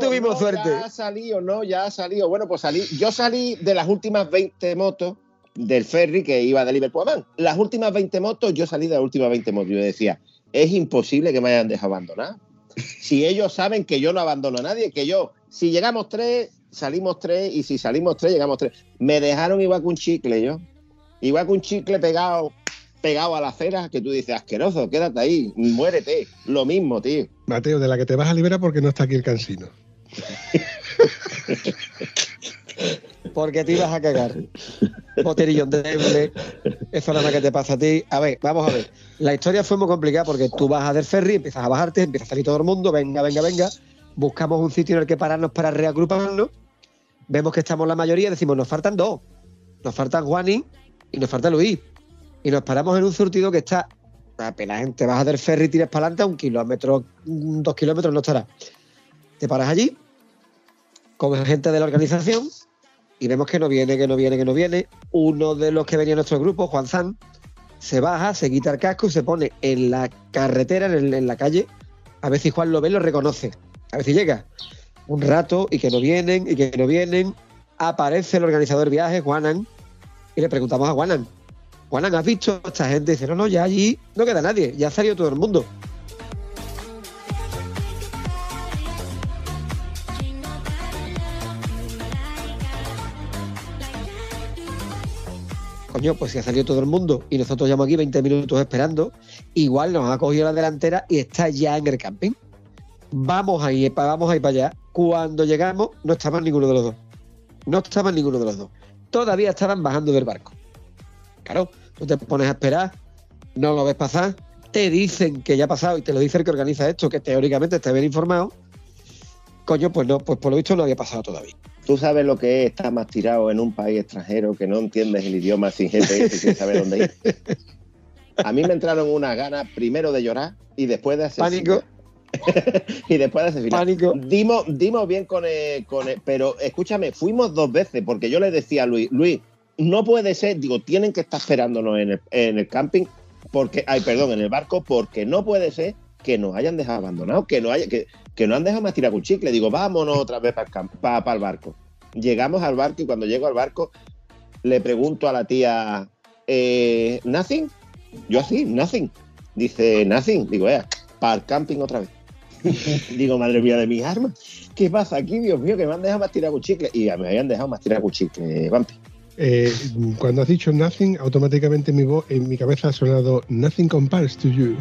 salido. Bueno, pues yo salí de las últimas 20 motos del ferry que iba de Liverpool a Man. Las últimas 20 motos, yo salí de las últimas 20 motos. Yo decía, es imposible que me hayan dejado abandonar. Si ellos saben que yo no abandono a nadie, si llegamos 3, salimos 3, y si salimos 3, llegamos 3. Me dejaron igual que un chicle, pegado a la acera, que tú dices, asqueroso, quédate ahí, muérete. Lo mismo, tío. Mateo, de la que te vas a liberar porque no está aquí el cansino. Porque te ibas a cagar. Boterillón débil. Eso nada más que te pasa a ti. A ver, vamos a ver. La historia fue muy complicada porque tú vas del ferry, empiezas a bajarte, empieza a salir todo el mundo, venga. Buscamos un sitio en el que pararnos para reagruparnos. Vemos que estamos la mayoría, decimos, nos faltan 2. Nos faltan Juanín y nos falta Luis. Y nos paramos en un surtido que está, apenas gente baja del ferry, tiras para adelante a 1 kilómetro, 2 kilómetros no estará. Te paras allí con gente de la organización y vemos que no viene. Uno de los que venía en nuestro grupo, Juan Zan, se baja, se quita el casco y se pone en la carretera, en la calle, a ver si Juan lo ve y lo reconoce. A ver si llega. Un rato y que no vienen. Aparece el organizador del viaje, Juanan, y le preguntamos a Juanan, ¿has visto a esta gente? Dice, no, ya allí no queda nadie, ya ha salido todo el mundo. Coño, pues si ha salido todo el mundo y nosotros llevamos aquí 20 minutos esperando, igual nos ha cogido la delantera y está ya en el camping. Vamos a ir para allá. Cuando llegamos, no estaban ninguno de los dos. Todavía estaban bajando del barco. Claro, tú te pones a esperar, no lo ves pasar, te dicen que ya ha pasado y te lo dice el que organiza esto, que teóricamente está bien informado. Coño, pues no, pues por lo visto no había pasado todavía. ¿Tú sabes lo que es estar más tirado en un país extranjero que no entiendes el idioma sin GPS y sin saber dónde ir? A mí me entraron unas ganas primero de llorar y después de hacer pánico. Pánico. Dimos bien con el, pero escúchame, fuimos 2 veces porque yo le decía a Luis, no puede ser, digo, tienen que estar esperándonos en el camping, en el barco, porque no puede ser que nos hayan dejado abandonados, que nos han dejado más tirar con chicle. Digo, vámonos otra vez para el barco. Llegamos al barco y cuando llego al barco le pregunto a la tía, ¿nothing? Yo así, nothing. Dice, nothing. Digo, para el camping otra vez. Digo, madre mía de mis armas, ¿qué pasa aquí? Dios mío, que me han dejado más tirar con chicle. Y me habían dejado más tirar con chicle, Vampi. Cuando has dicho nothing, automáticamente en mi cabeza ha sonado nothing compares to you.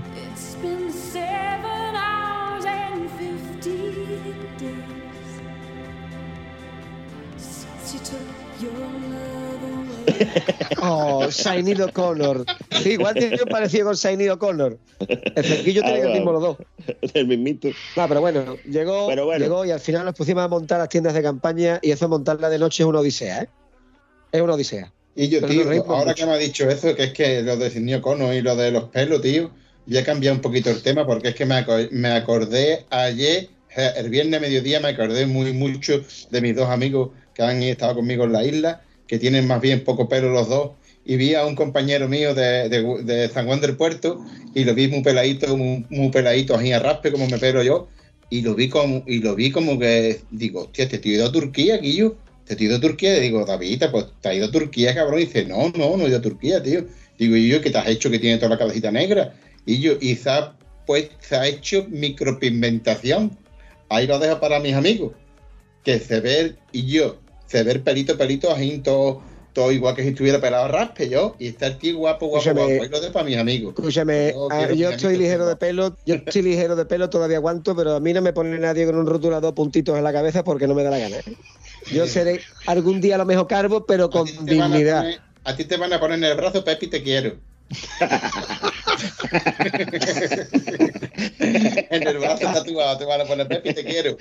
Oh, Sinead O'Connor. Sí, igual tiene parecido con Sinead O'Connor. El flequillo tiene el mismo los dos. El mismito. No, pero bueno, llegó y al final nos pusimos a montar las tiendas de campaña y eso montarla de noche es una odisea, ¿eh? Es una odisea. Y yo, tío, ahora que me ha dicho eso, que es que lo de Sinead O'Connor y lo de los pelos, tío, voy a cambiar un poquito el tema porque es que me acordé ayer, el viernes mediodía, me acordé mucho de mis 2 amigos que han estado conmigo en la isla, que tienen más bien poco pelo los dos, y vi a un compañero mío de San Juan del Puerto y lo vi muy peladito, así a raspe como me pelo yo, y lo vi como que digo, hostia, te he ido a Turquía, Guillo, te he ido a Turquía, y digo, David, pues te has ido a Turquía, cabrón, y dice, no he ido a Turquía, tío. Digo, ¿y yo qué te has hecho que tiene toda la cabecita negra? Y se ha hecho micropigmentación. Ahí lo dejo para mis amigos, que se ve pelito así, todo igual que si estuviera pelado a raspe yo, y está el tío guapo, ahí lo dejo para mis amigos. Escúchame, yo estoy ligero de pelo, todavía aguanto, pero a mí no me pone nadie con un rotulador puntitos en la cabeza porque no me da la gana, ¿eh? Yo seré algún día a lo mejor calvo, pero con dignidad. A ti te van a poner en el brazo, Pepi, te quiero. En el brazo tatuado te van a poner, Pepi, te quiero.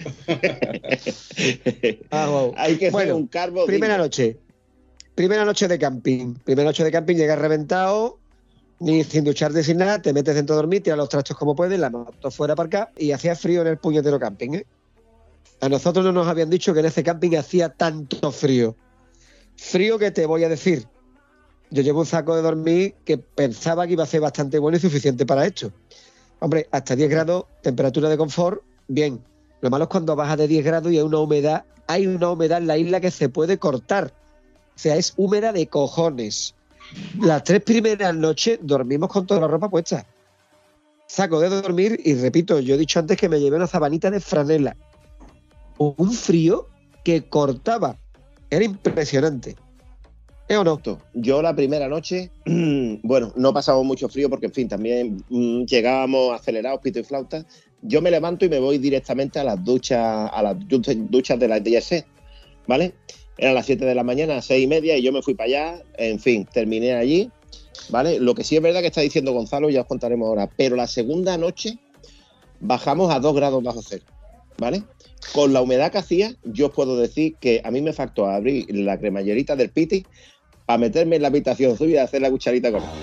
Wow. Hay que ser un calvo. Primera noche de camping. Primera noche de camping, llegas reventado, ni sin ducharte, sin nada, te metes dentro a dormir, tiras los trastos como puedes, la moto fuera para acá, y hacía frío en el puñetero camping, ¿eh? A nosotros no nos habían dicho que en ese camping hacía tanto frío. Frío que te voy a decir. Yo llevo un saco de dormir que pensaba que iba a ser bastante bueno y suficiente para esto. Hombre, hasta 10 grados, temperatura de confort, bien. Lo malo es cuando baja de 10 grados y hay una humedad en la isla que se puede cortar. O sea, es húmeda de cojones. Las 3 primeras noches dormimos con toda la ropa puesta. Saco de dormir y repito, yo he dicho antes que me llevé una sabanita de franela. Un frío que cortaba. Era impresionante. ¿Eh o no? Yo la primera noche, bueno, no pasamos mucho frío porque, en fin, también llegábamos acelerados, pito y flauta. Yo me levanto y me voy directamente a las duchas de la DSE, ¿vale? Eran las 7 de la mañana, 6:30, y yo me fui para allá. En fin, terminé allí, ¿vale? Lo que sí es verdad que está diciendo Gonzalo, ya os contaremos ahora, pero la segunda noche bajamos a 2 grados bajo cero, ¿vale? Con la humedad que hacía, yo os puedo decir que a mí me faltó abrir la cremallerita del Piti para meterme en la habitación suya y hacer la cucharita con él.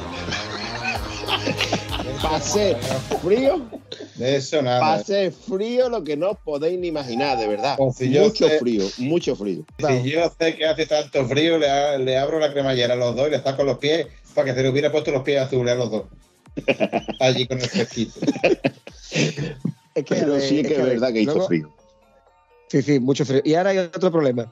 Pasé frío. De eso nada. Pasé frío lo que no os podéis ni imaginar, de verdad. Si mucho frío. Si yo sé que hace tanto frío, le abro la cremallera a los dos y le saco los pies para que se le hubiera puesto los pies azules a los dos. Allí con el fresquito. Pero sí que es verdad que hizo frío. Sí, mucho frío. Y ahora hay otro problema.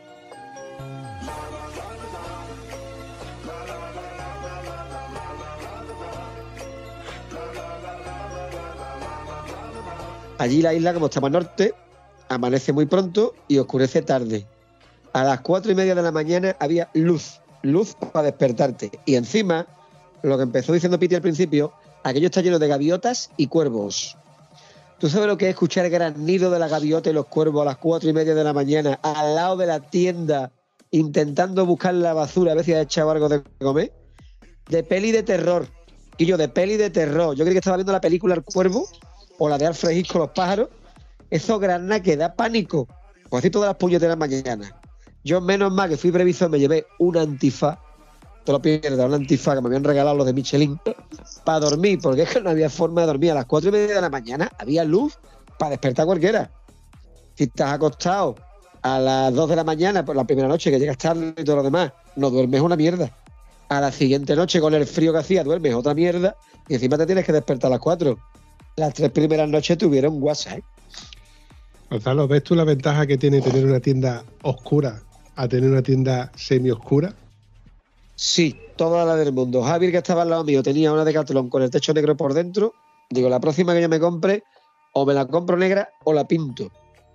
Allí la isla, como está más norte, amanece muy pronto y oscurece tarde. A las 4:30 de la mañana había luz para despertarte. Y encima, lo que empezó diciendo Piti al principio, aquello está lleno de gaviotas y cuervos. ¿Tú sabes lo que es escuchar el granido de la gaviota y los cuervos a las 4:30 de la mañana al lado de la tienda intentando buscar la basura a ver si ha echado algo de comer? De peli de terror. Y yo, de peli de terror. Yo creí que estaba viendo la película El Cuervo o la de Alfred Hitchcock, Los pájaros. Eso grana que da pánico. Pues así todas las puñeteras mañanas. Yo, menos mal que fui previsor, me llevé una antifaz. Te lo pierdas, una antifaz que me habían regalado los de Michelin para dormir, porque es que no había forma de dormir. A las 4:30 de la mañana había luz para despertar cualquiera. Si estás acostado a las 2 de la mañana, por la primera noche que llegas tarde y todo lo demás, no duermes una mierda. A la siguiente noche, con el frío que hacía, duermes otra mierda y encima te tienes que despertar a las 4. Las 3 primeras noches tuvieron WhatsApp. Gonzalo, ¿ves tú la ventaja que tiene tener una tienda oscura a tener una tienda semi-oscura? Sí, toda la del mundo. Javier, que estaba al lado mío, tenía una Decathlon con el techo negro por dentro. Digo, la próxima que yo me compre, o me la compro negra o la pinto.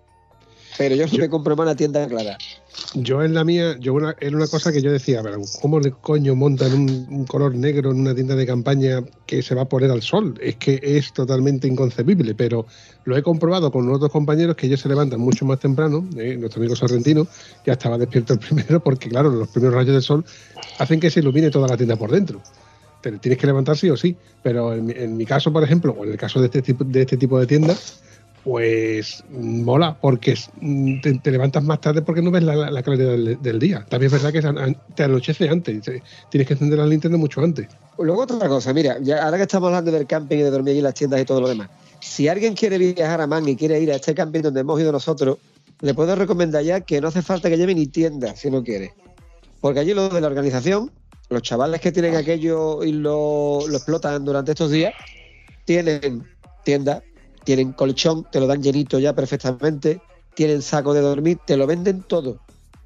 Pero yo no me compro más una tienda clara. Yo en la mía, era una cosa que yo decía, pero ¿cómo le coño montan un color negro en una tienda de campaña que se va a poner al sol? Es que es totalmente inconcebible, pero lo he comprobado con otros compañeros que ellos se levantan mucho más temprano. Nuestro amigo Sorrentino ya estaba despierto el primero porque, claro, los primeros rayos del sol hacen que se ilumine toda la tienda por dentro. Te tienes que levantar sí o sí, pero en mi caso, por ejemplo, o en el caso de este tipo de tiendas, pues mola, porque te levantas más tarde porque no ves la claridad del día. También es verdad que te anochece antes, tienes que encender las linternas mucho antes. Luego otra cosa, mira, ya ahora que estamos hablando del camping y de dormir allí en las tiendas y todo lo demás, si alguien quiere viajar a Man y quiere ir a este camping donde hemos ido nosotros, le puedo recomendar ya que no hace falta que lleve ni tienda si no quiere. Porque allí lo de la organización, los chavales que tienen aquello y lo explotan durante estos días, tienen tienda, tienen colchón, te lo dan llenito ya perfectamente, tienen saco de dormir, te lo venden todo.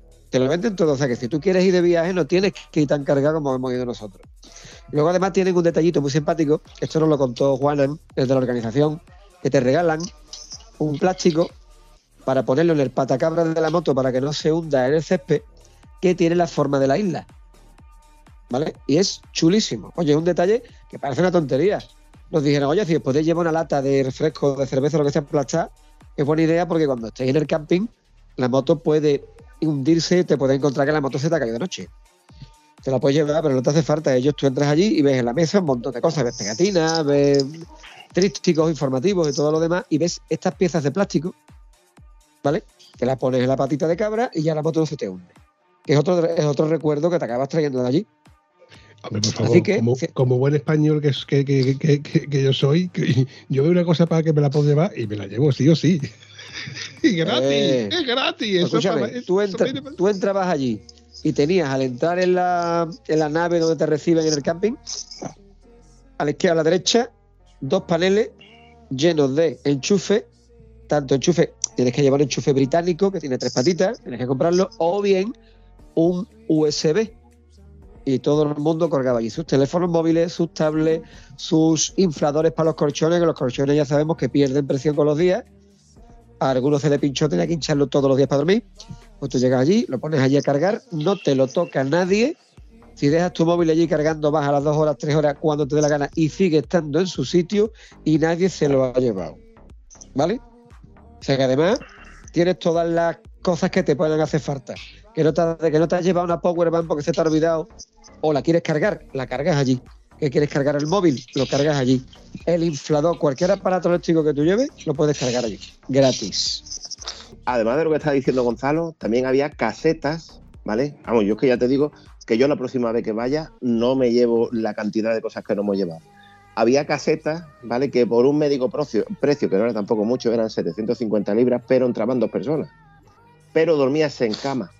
O sea que si tú quieres ir de viaje no tienes que ir tan cargado como hemos ido nosotros. Luego además tienen un detallito muy simpático, esto nos lo contó Juanan, el de la organización, que te regalan un plástico para ponerlo en el patacabras de la moto para que no se hunda en el césped, que tiene la forma de la isla. ¿Vale? Y es chulísimo. Oye, es un detalle que parece una tontería. Nos dijeron, oye, si os podéis llevar una lata de refresco, de cerveza, lo que sea, aplastar, es buena idea porque cuando estéis en el camping, la moto puede hundirse, te puedes encontrar que la moto se te ha caído de noche. Te la puedes llevar, pero no te hace falta. Tú entras allí y ves en la mesa un montón de cosas. Ves pegatinas, ves trípticos informativos y todo lo demás. Y ves estas piezas de plástico, ¿vale? Que las pones en la patita de cabra y ya la moto no se te hunde. Que es otro recuerdo que te acabas trayendo de allí. Hombre, por favor, Así que, como buen español que yo soy, yo veo una cosa para que me la puedo llevar y me la llevo sí o sí. Y gratis, es gratis. Escúchame, tú entrabas allí y tenías, al entrar en la nave donde te reciben en el camping, a la izquierda, a la derecha, 2 paneles llenos de enchufe, tanto enchufe, tienes que llevar un enchufe británico que tiene 3 patitas, tienes que comprarlo, o bien un USB. Y todo el mundo colgaba allí sus teléfonos móviles, sus tablets, sus infladores para los colchones, que los colchones ya sabemos que pierden presión con los días. A algunos se le pinchó, tenía que hincharlo todos los días para dormir. Pues tú llegas allí, lo pones allí a cargar, no te lo toca nadie. Si dejas tu móvil allí cargando, vas a las 2 horas, 3 horas, cuando te dé la gana, y sigue estando en su sitio y nadie se lo ha llevado. ¿Vale? O sea que además tienes todas las cosas que te pueden hacer falta. Que no te has llevado una powerbank porque se te ha olvidado, o la quieres cargar, la cargas allí. Que quieres cargar el móvil, lo cargas allí. El inflador, cualquier aparato eléctrico que tú lleves, lo puedes cargar allí, gratis. Además de lo que está diciendo Gonzalo, también había casetas, ¿vale? Vamos, yo es que ya te digo que yo la próxima vez que vaya no me llevo la cantidad de cosas que no hemos llevado. Había casetas, ¿vale? Que por un médico precio, que no era tampoco mucho, eran 750 libras, pero entraban 2 personas. Pero dormías en cama.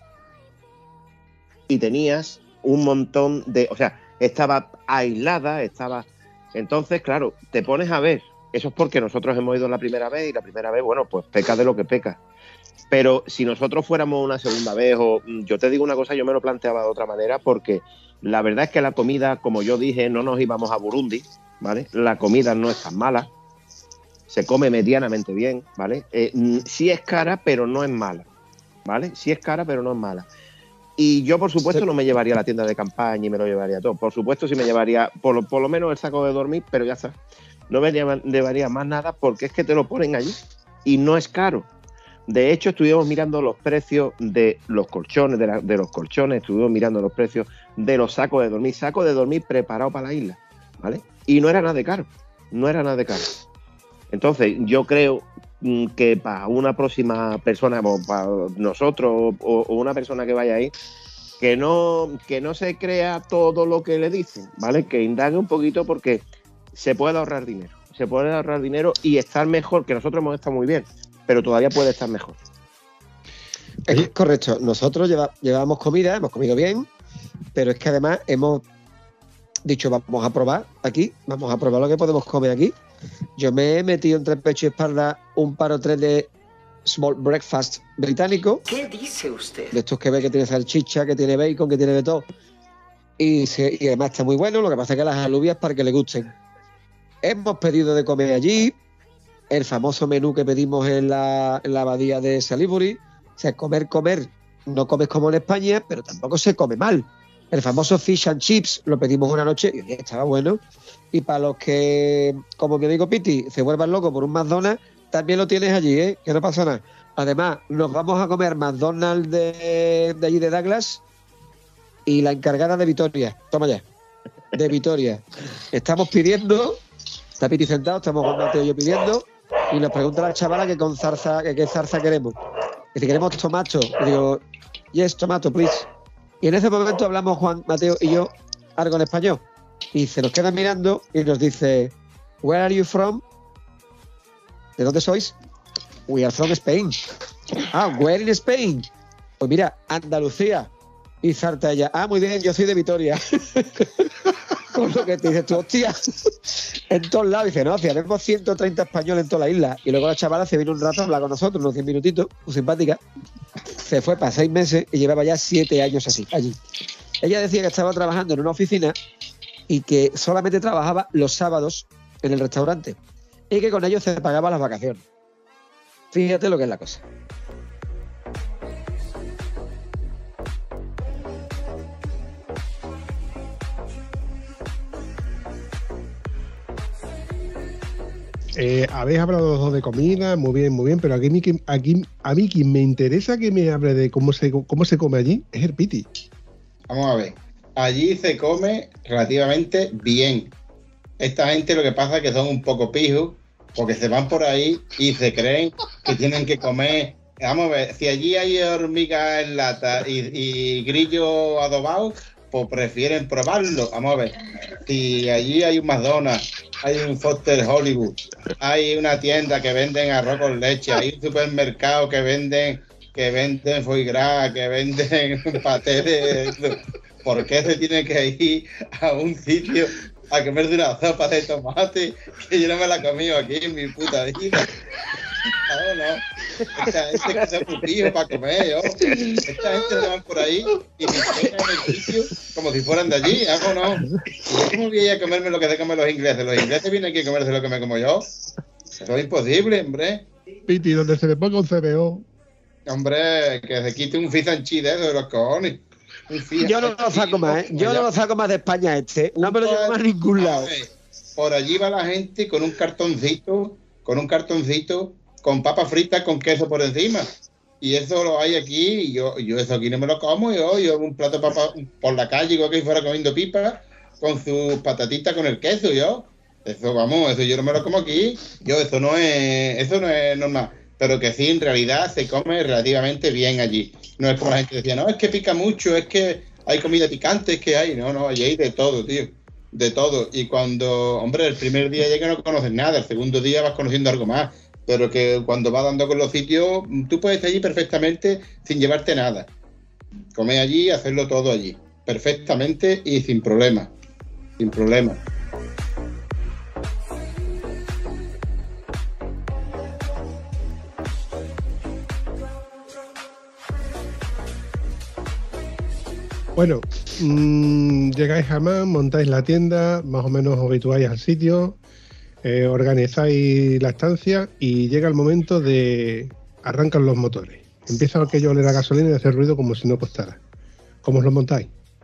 Y tenías un montón de... O sea, estaba aislada, Entonces, claro, te pones a ver. Eso es porque nosotros hemos ido la primera vez y la primera vez, bueno, pues peca de lo que peca. Pero si nosotros fuéramos una segunda vez, o yo te digo una cosa, yo me lo planteaba de otra manera, porque la verdad es que la comida, como yo dije, no nos íbamos a Burundi, ¿vale? La comida no es tan mala, se come medianamente bien, ¿vale? Sí es cara, pero no es mala, ¿vale? Sí es cara, pero no es mala. Y yo, por supuesto, no me llevaría a la tienda de campaña y me lo llevaría todo. Por supuesto, sí me llevaría por lo menos el saco de dormir, pero ya está. No me llevaría más nada porque es que te lo ponen allí y no es caro. De hecho, estuvimos mirando los precios de los colchones, de los colchones, estuvimos mirando los precios de los sacos de dormir preparado para la isla, ¿vale? Y no era nada de caro, Entonces, yo creo que para una próxima persona, o para nosotros, o una persona que vaya ahí, que no se crea todo lo que le dicen, ¿vale? Que indague un poquito porque se puede ahorrar dinero y estar mejor, que nosotros hemos estado muy bien, pero todavía puede estar mejor. Es correcto, nosotros llevábamos comida, hemos comido bien, pero es que además hemos dicho, vamos a probar lo que podemos comer aquí. Yo me he metido entre pecho y espalda un par o 3 de small breakfast británico. ¿Qué dice usted? De estos que ve que tiene salchicha, que tiene bacon, que tiene de todo. Y además está muy bueno, lo que pasa es que las alubias para que le gusten. Hemos pedido de comer allí, el famoso menú que pedimos en la abadía de Salisbury. O sea, comer, no comes como en España, pero tampoco se come mal. El famoso fish and chips lo pedimos una noche y estaba bueno. Y para los que, como mi amigo Piti, se vuelvan locos por un McDonald's, también lo tienes allí, ¿eh? Que no pasa nada. Además, nos vamos a comer McDonald's de allí de Douglas y la encargada de Vitoria. Toma ya. De Vitoria. Estamos pidiendo, está Piti sentado, estamos con Mateo y yo pidiendo, y nos pregunta la chavala que con zarza, qué zarza queremos. Que si queremos tomato. Y digo, yes, tomato, please. Y en ese momento hablamos Juan, Mateo y yo algo en español. Y se nos queda mirando y nos dice, where are you from? ¿De dónde sois? We are from Spain. Ah, where in Spain? Pues mira, Andalucía. Y salta ella, muy bien, yo soy de Vitoria. Con lo que te dices tú, hostia, en todos lados. Dice, no, si habemos 130 españoles en toda la isla. Y luego la chavala se vino un rato a hablar con nosotros, unos 10 minutitos, muy simpática. Se fue para 6 meses y llevaba ya 7 años así, allí. Ella decía que estaba trabajando en una oficina y que solamente trabajaba los sábados en el restaurante y que con ellos se pagaba las vacaciones. Fíjate lo que es la cosa. habéis hablado los dos de comida, muy bien, pero aquí a mí quien me interesa que me hable de cómo se come allí es el Piti. Vamos a ver, allí se come relativamente bien. Esta gente lo que pasa es que son un poco pijos, porque se van por ahí y se creen que tienen que comer. Vamos a ver, si allí hay hormigas en lata y grillos adobados, pues prefieren probarlo. Vamos a ver, si allí hay un McDonald's, hay un Foster Hollywood, hay una tienda que venden arroz con leche, hay un supermercado que venden foie gras, que venden paté de... ¿Por qué se tiene que ir a un sitio a comer de una sopa de tomate que yo no me la he comido aquí en mi puta vida? No. Esta gente que se pupillo para comer, yo. Esta gente se van por ahí y me enseñan en el sitio como si fueran de allí, no. Y yo cómo voy a comerme lo que se comen los ingleses. Los ingleses vienen aquí a comerse lo que me como yo. Eso es imposible, hombre. Piti, donde se le ponga un CBO. Hombre, que se quite un fish and chips de los cojones. Yo no lo saco más, Yo no lo saco más de España No me lo llevo más a ningún lado. Por allí va la gente con un cartoncito con papas fritas con queso por encima. Y eso lo hay aquí, y yo eso aquí no me lo como, yo un plato de papas por la calle, igual que si fuera comiendo pipas, con sus patatitas con el queso, eso yo no me lo como aquí, eso no es normal. Pero que sí, en realidad se come relativamente bien allí. No es como la gente decía, no, es que pica mucho, es que hay comida picante, es que hay. No, allí hay de todo, tío. De todo. Y cuando, hombre, el primer día ya que no conoces nada, el segundo día vas conociendo algo más. Pero que cuando vas dando con los sitios, tú puedes estar allí perfectamente sin llevarte nada. Comer allí, hacerlo todo allí. Perfectamente y sin problema. Sin problema. Bueno, llegáis jamás, montáis la tienda, más o menos os habituáis al sitio, organizáis la estancia y llega el momento de arrancan los motores. Empieza aquello a oler a gasolina y a hacer ruido como si no costara. ¿Cómo os lo montáis?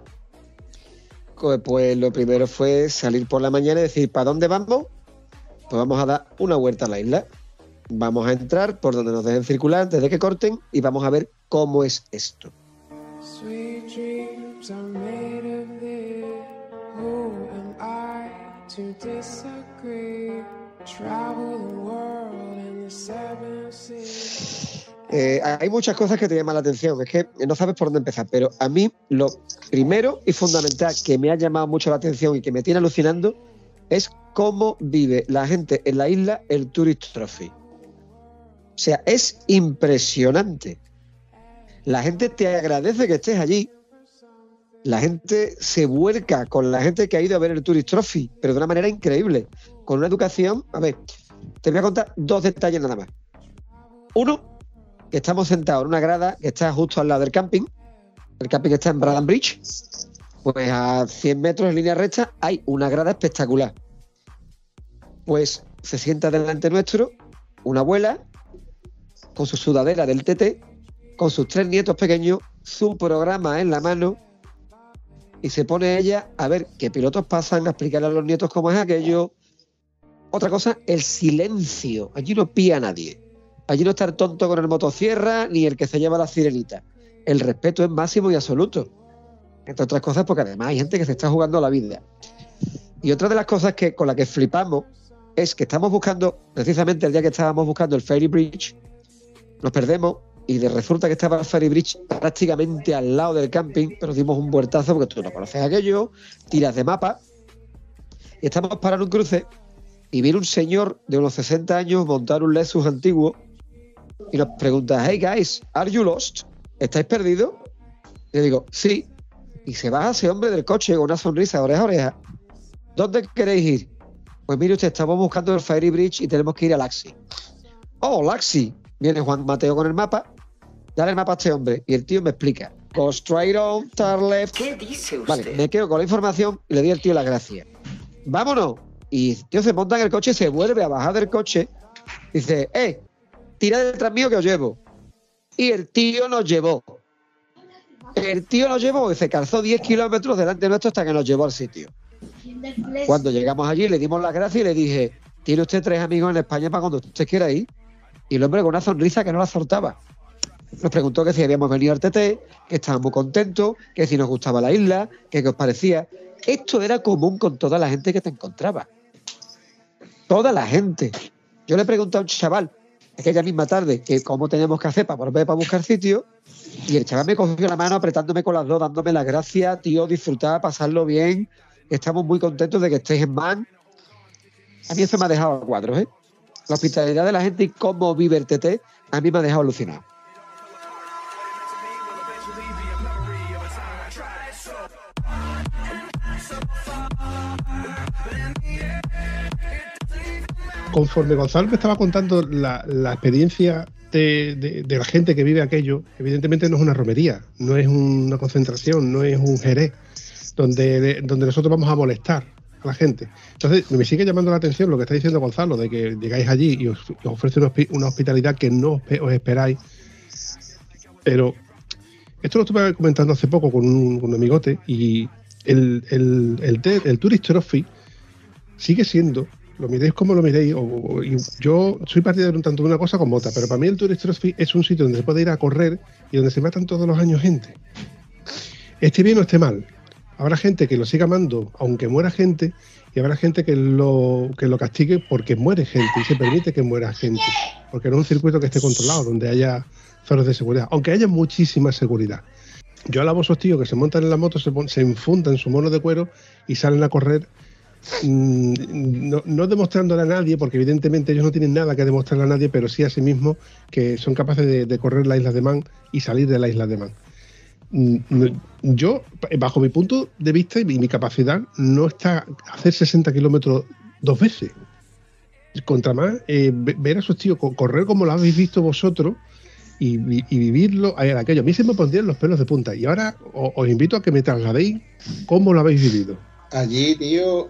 Pues lo primero fue salir por la mañana y decir, ¿para dónde vamos? Pues vamos a dar una vuelta a la isla. Vamos a entrar por donde nos dejen circular antes de que corten y vamos a ver cómo es esto. Sweet dreams are made of this. Who am I to disagree? Travel the world in the seven seas. Hay muchas cosas que te llaman la atención, es que no sabes por dónde empezar, pero a mí lo primero y fundamental que me ha llamado mucho la atención y que me tiene alucinando es cómo vive la gente en la isla el Tourist Trophy. O sea, es impresionante. La gente te agradece que estés allí. La gente se vuelca con la gente que ha ido a ver el Tourist Trophy, pero de una manera increíble. Con una educación... A ver, te voy a contar dos detalles nada más. Uno, que estamos sentados en una grada que está justo al lado del camping. El camping está en Bradham Bridge. Pues a 100 metros en línea recta hay una grada espectacular. Pues se sienta delante nuestro una abuela con su sudadera del TT, con sus 3 nietos pequeños, su programa en la mano, y se pone ella a ver qué pilotos pasan, a explicarle a los nietos cómo es aquello. Otra cosa, el silencio. Allí no pía a nadie. Allí no está el tonto con el motosierra ni el que se lleva la sirenita. El respeto es máximo y absoluto. Entre otras cosas porque además hay gente que se está jugando la vida. Y otra de las cosas con la que flipamos es que estamos buscando, precisamente el día que estábamos buscando el Ferry Bridge, nos perdemos y resulta que estaba el Ferry Bridge prácticamente al lado del camping, pero dimos un vueltazo porque tú no conoces aquello, tiras de mapa, y estamos parando un cruce y viene un señor de unos 60 años montar un Lexus antiguo y nos pregunta, hey guys, are you lost? ¿Estáis perdidos? Y le digo, sí. Y se baja ese hombre del coche con una sonrisa oreja a oreja. ¿Dónde queréis ir? Pues mire usted, estamos buscando el Ferry Bridge y tenemos que ir a Laxi. Oh, Laxi. Viene Juan Mateo con el mapa, dale el mapa a este hombre y el tío me explica. Go straight on, turn left. ¿Qué dice usted? Vale, me quedo con la información y le di al tío las gracias. ¡Vámonos! Y el tío se monta en el coche, se vuelve a bajar del coche, dice, tira detrás mío que os llevo. Y el tío nos llevó. Y se calzó 10 kilómetros delante nuestro hasta que nos llevó al sitio. Cuando llegamos allí le dimos las gracias y le dije, tiene usted 3 amigos en España para cuando usted quiera ir. Y el hombre con una sonrisa que no la soltaba. Nos preguntó que si habíamos venido al TT, que estábamos contentos, que si nos gustaba la isla, que qué os parecía. Esto era común con toda la gente que te encontraba. Toda la gente. Yo le pregunté a un chaval aquella misma tarde que cómo teníamos que hacer para volver para buscar sitio, y el chaval me cogió la mano apretándome con las dos, dándome las gracias, tío, disfrutar, pasarlo bien, estamos muy contentos de que estéis en Man. A mí eso me ha dejado a cuadros, ¿eh? La hospitalidad de la gente y cómo vive el TT, a mí me ha dejado alucinado. Conforme Gonzalo me estaba contando la experiencia de la gente que vive aquello, evidentemente no es una romería, no es una concentración, no es un Jerez, donde nosotros vamos a molestar a la gente. Entonces, me sigue llamando la atención lo que está diciendo Gonzalo, de que llegáis allí y os ofrece una hospitalidad que no os esperáis. Pero esto lo estuve comentando hace poco con un amigote, y el Tourist Trophy sigue siendo, lo miréis como lo miréis, y yo soy partidario tanto de una cosa como otra, pero para mí el Tourist Trophy es un sitio donde se puede ir a correr y donde se matan todos los años gente. Esté bien o esté mal, habrá gente que lo siga amando aunque muera gente, y habrá gente que lo castigue porque muere gente y se permite que muera gente, porque no es un circuito que esté controlado, donde haya zonas de seguridad, aunque haya muchísima seguridad. Yo alabo a esos tíos que se montan en la moto, se enfundan su mono de cuero y salen a correr, no demostrándole a nadie, porque evidentemente ellos no tienen nada que demostrarle a nadie, pero sí a sí mismos, que son capaces de correr la isla de Man y salir de la isla de Man. Yo, bajo mi punto de vista y mi capacidad, no está hacer 60 kilómetros 2 veces. Contra más, ver a esos tíos correr como lo habéis visto vosotros y vivirlo, aquello. A mí se me pondrían los pelos de punta. Y ahora os invito a que me trasladéis cómo lo habéis vivido. Allí, tío,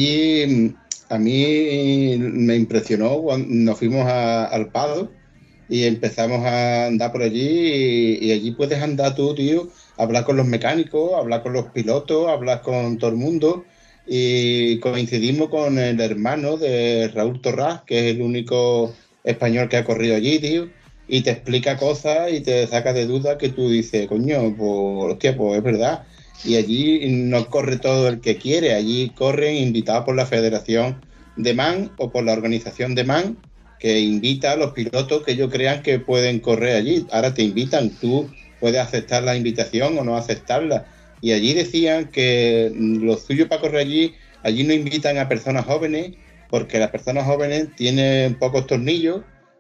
a mí me impresionó cuando nos fuimos al Pado y empezamos a andar por allí, y allí puedes andar tú, tío, hablar con los mecánicos, hablar con los pilotos, hablar con todo el mundo, y coincidimos con el hermano de Raúl Torrás, que es el único español que ha corrido allí, tío, y te explica cosas y te saca de dudas que tú dices, coño, pues hostia, pues es verdad. Y allí no corre todo el que quiere, allí corren invitados por la Federación de Man o por la organización de Man, que invita a los pilotos que ellos crean que pueden correr allí. Ahora te invitan, tú puedes aceptar la invitación o no aceptarla. Y allí decían que lo suyo para correr allí no invitan a personas jóvenes, porque las personas jóvenes tienen pocos tornillos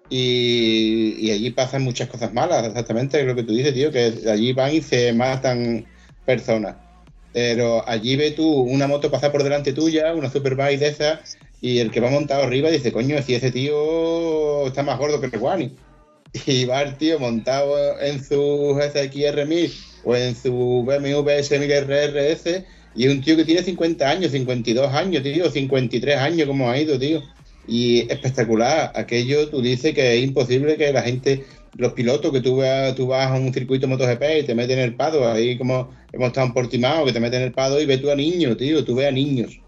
y allí pasan muchas cosas malas, exactamente lo que tú dices, tío, que allí van y se matan personas. Pero allí ves tú una moto pasar por delante tuya, una superbike de esas, y el que va montado arriba dice, coño, si ese tío está más gordo que el Guani. Y va el tío montado en su SXR1000 o en su BMW S1000 RRS, y es un tío que tiene 50 años, 52 años, tío, 53 años como ha ido, tío. Y espectacular. Aquello tú dices que es imposible que la gente, los pilotos, que tú vas a un circuito MotoGP y te meten en el Pado, ahí como hemos estado en Portimao, que te meten en el Pado y ves tú a niños, tío, tú ves a niños,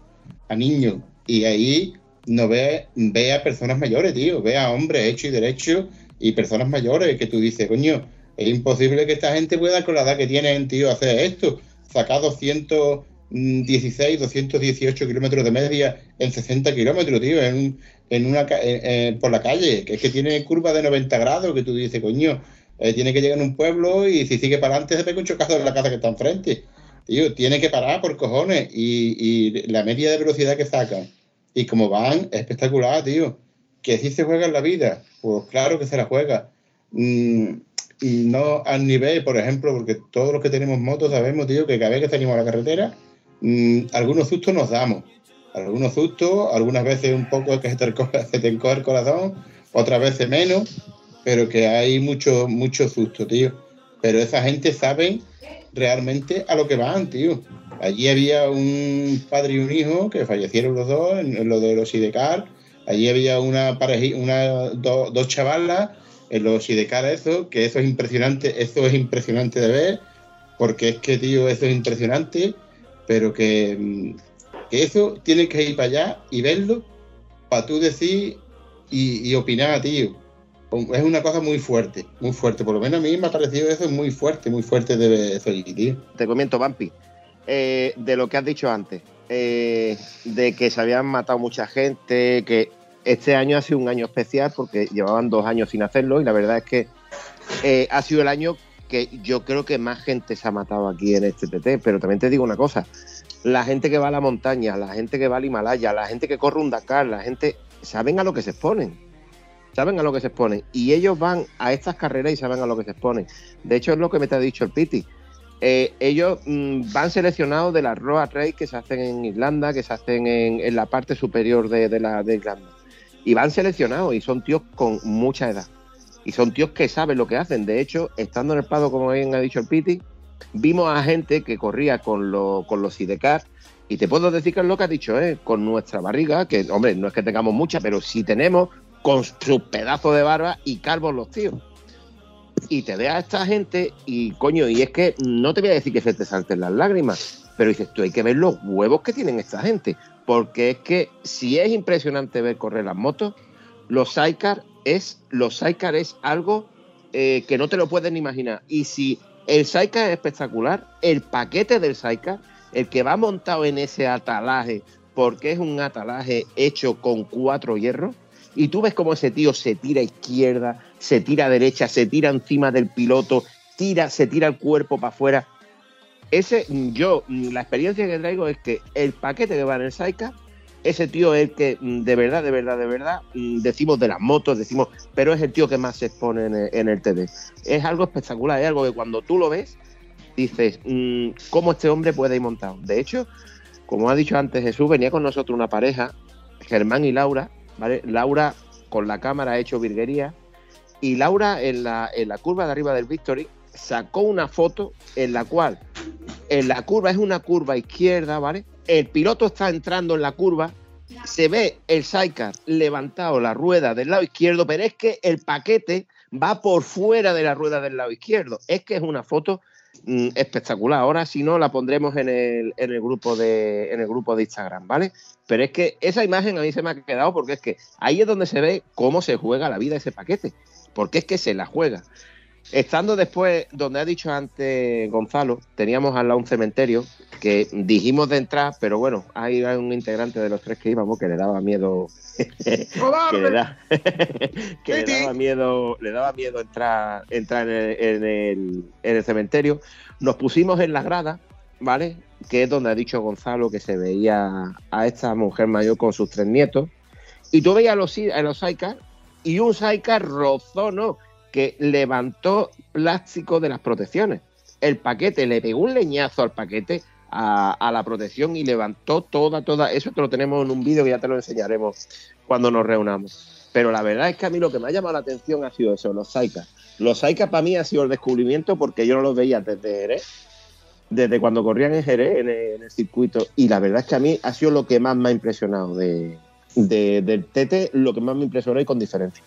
y ahí no ves a personas mayores, tío, ves a hombres hechos y derechos y personas mayores, que tú dices, coño, es imposible que esta gente pueda, con la edad que tienen, tío, hacer esto, sacar 216, 218 kilómetros de media en 60 kilómetros, tío, por la calle, que es que tiene curvas de 90 grados, que tú dices, coño, tiene que llegar a un pueblo y si sigue para adelante se pega un chocazo en la casa que está enfrente, tío, tiene que parar por cojones, y la media de velocidad que sacan y como van, es espectacular, tío. Que si se juega en la vida, pues claro que se la juega, y no al nivel, por ejemplo, porque todos los que tenemos motos sabemos, tío, que cada vez que salimos a la carretera, algunos sustos nos damos, algunas veces un poco que se te encoge el corazón, otras veces menos, pero que hay mucho susto, tío. Pero esa gente sabe realmente a lo que van, tío. Allí había un padre y un hijo que fallecieron los dos en lo de los Sidecar. Allí había dos chavalas en los Sidecar, eso es impresionante de ver, porque es que, tío, eso es impresionante, pero que eso tienes que ir para allá y verlo para tú decir y opinar, tío. Es una cosa muy fuerte, muy fuerte. Por lo menos a mí me ha parecido eso muy fuerte de seguir, tío. Te comento, Vampi, de lo que has dicho antes, de que se habían matado mucha gente, que este año ha sido un año especial porque llevaban 2 años sin hacerlo y la verdad es que ha sido el año que yo creo que más gente se ha matado aquí en este TT, pero también te digo una cosa, la gente que va a la montaña, la gente que va al Himalaya, la gente que corre un Dakar, la gente saben a lo que se exponen. Saben a lo que se exponen y ellos van a estas carreras y saben a lo que se exponen. De hecho, es lo que me te ha dicho el Piti. Ellos van seleccionados de las road race que se hacen en Irlanda, que se hacen en la parte superior de Irlanda. Y van seleccionados y son tíos con mucha edad. Y son tíos que saben lo que hacen. De hecho, estando en el Prado, como bien ha dicho el Piti, vimos a gente que corría con los sidecar. Y te puedo decir que es lo que has dicho, con nuestra barriga, que, hombre, no es que tengamos mucha, pero sí tenemos, con sus pedazos de barba y calvos los tíos. Y te ve a esta gente y, coño, y es que no te voy a decir que se te salten las lágrimas, pero dices tú, hay que ver los huevos que tienen esta gente, porque es que si es impresionante ver correr las motos, los sidecar es algo que no te lo puedes ni imaginar. Y si el sidecar es espectacular, el paquete del sidecar, el que va montado en ese atalaje, porque es un atalaje hecho con 4 hierros, y tú ves cómo ese tío se tira a izquierda, se tira a derecha, se tira encima del piloto, se tira el cuerpo para afuera. La experiencia que traigo es que el paquete que va en el sidecar, ese tío es el que de verdad, decimos de las motos, pero es el tío que más se expone en el TD. Es algo espectacular, es algo que cuando tú lo ves, dices, ¿cómo este hombre puede ir montado? De hecho, como ha dicho antes Jesús, venía con nosotros una pareja, Germán y Laura, ¿vale? Laura con la cámara ha hecho virguería y Laura en la curva de arriba del Victory sacó una foto en la cual en la curva es una curva izquierda, ¿vale? El piloto está entrando en la curva, se ve el sidecar levantado la rueda del lado izquierdo, pero es que el paquete va por fuera de la rueda del lado izquierdo. Es que es una foto espectacular. Ahora, si no, la pondremos en el grupo de Instagram, ¿vale? Pero es que esa imagen a mí se me ha quedado porque es que ahí es donde se ve cómo se juega la vida ese paquete, porque es que se la juega. Estando después, donde ha dicho antes Gonzalo, teníamos al lado un cementerio que dijimos de entrar, pero bueno, hay un integrante de los 3 que íbamos que le daba miedo le daba miedo entrar en el cementerio. Nos pusimos en las gradas, ¿vale? Que es donde ha dicho Gonzalo que se veía a esta mujer mayor con sus 3 nietos, y tú veías a los sidecar y un sidecar rozó, ¿no?, que levantó plástico de las protecciones. El paquete le pegó un leñazo al paquete, a la protección, y levantó toda. Eso te lo tenemos en un vídeo que ya te lo enseñaremos cuando nos reunamos. Pero la verdad es que a mí lo que me ha llamado la atención ha sido eso, los sidecar. Los sidecar para mí ha sido el descubrimiento porque yo no los veía desde Jerez, desde cuando corrían en Jerez, en el circuito. Y la verdad es que a mí ha sido lo que más me ha impresionado del TT, lo que más me impresionó y con diferencia.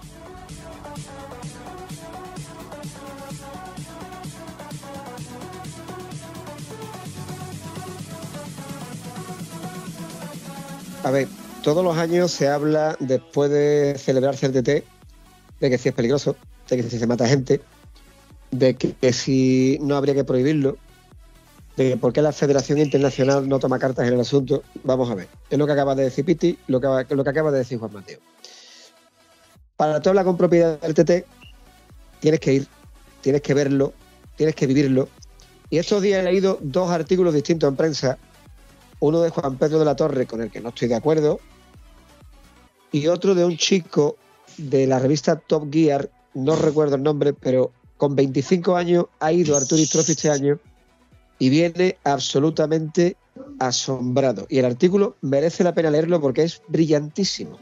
A ver, todos los años se habla, después de celebrarse el TT, de que si es peligroso, de que si se mata gente, de que si no habría que prohibirlo, de que por qué la Federación Internacional no toma cartas en el asunto. Vamos a ver, es lo que acaba de decir Piti, lo que acaba de decir Juan Mateo. Para tú hablar con propiedad del TT, tienes que ir, tienes que verlo, tienes que vivirlo. Y estos días he leído 2 artículos distintos en prensa, uno de Juan Pedro de la Torre, con el que no estoy de acuerdo, y otro de un chico de la revista Top Gear, no recuerdo el nombre, pero con 25 años ha ido a Arturis Trophy este año y viene absolutamente asombrado. Y el artículo merece la pena leerlo porque es brillantísimo.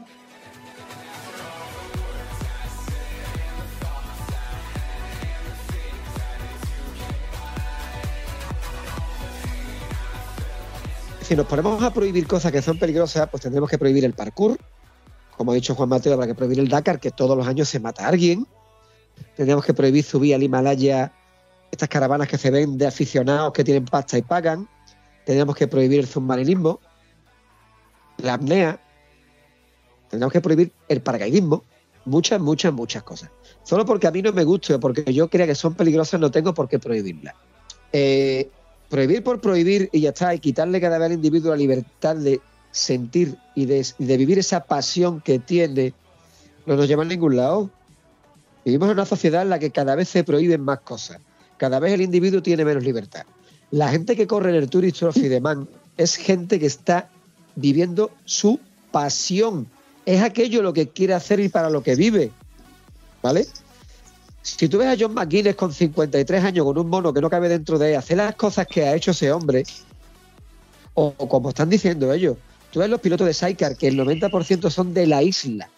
Si nos ponemos a prohibir cosas que son peligrosas, pues tendremos que prohibir el parkour. Como ha dicho Juan Mateo, habrá que prohibir el Dakar, que todos los años se mata a alguien. Tendríamos que prohibir subir al Himalaya, estas caravanas que se ven de aficionados que tienen pasta y pagan. Tendríamos que prohibir el submarinismo, la apnea, Tendríamos que prohibir el paracaidismo, muchas cosas. Solo porque a mí no me guste o porque yo crea que son peligrosas no tengo por qué prohibirlas. Prohibir por prohibir y ya está, y quitarle cada vez al individuo la libertad de sentir y de vivir esa pasión que tiene, no nos lleva a ningún lado. Vivimos en una sociedad en la que cada vez se prohíben más cosas, cada vez el individuo tiene menos libertad. La gente que corre en el Tourist Trophy de Man es gente que está viviendo su pasión, es aquello lo que quiere hacer y para lo que vive, ¿vale? Si tú ves a John McGuinness con 53 años con un mono que no cabe dentro de él, hacer las cosas que ha hecho ese hombre, o como están diciendo ellos, tú ves los pilotos de Sidecar que el 90% son de la isla,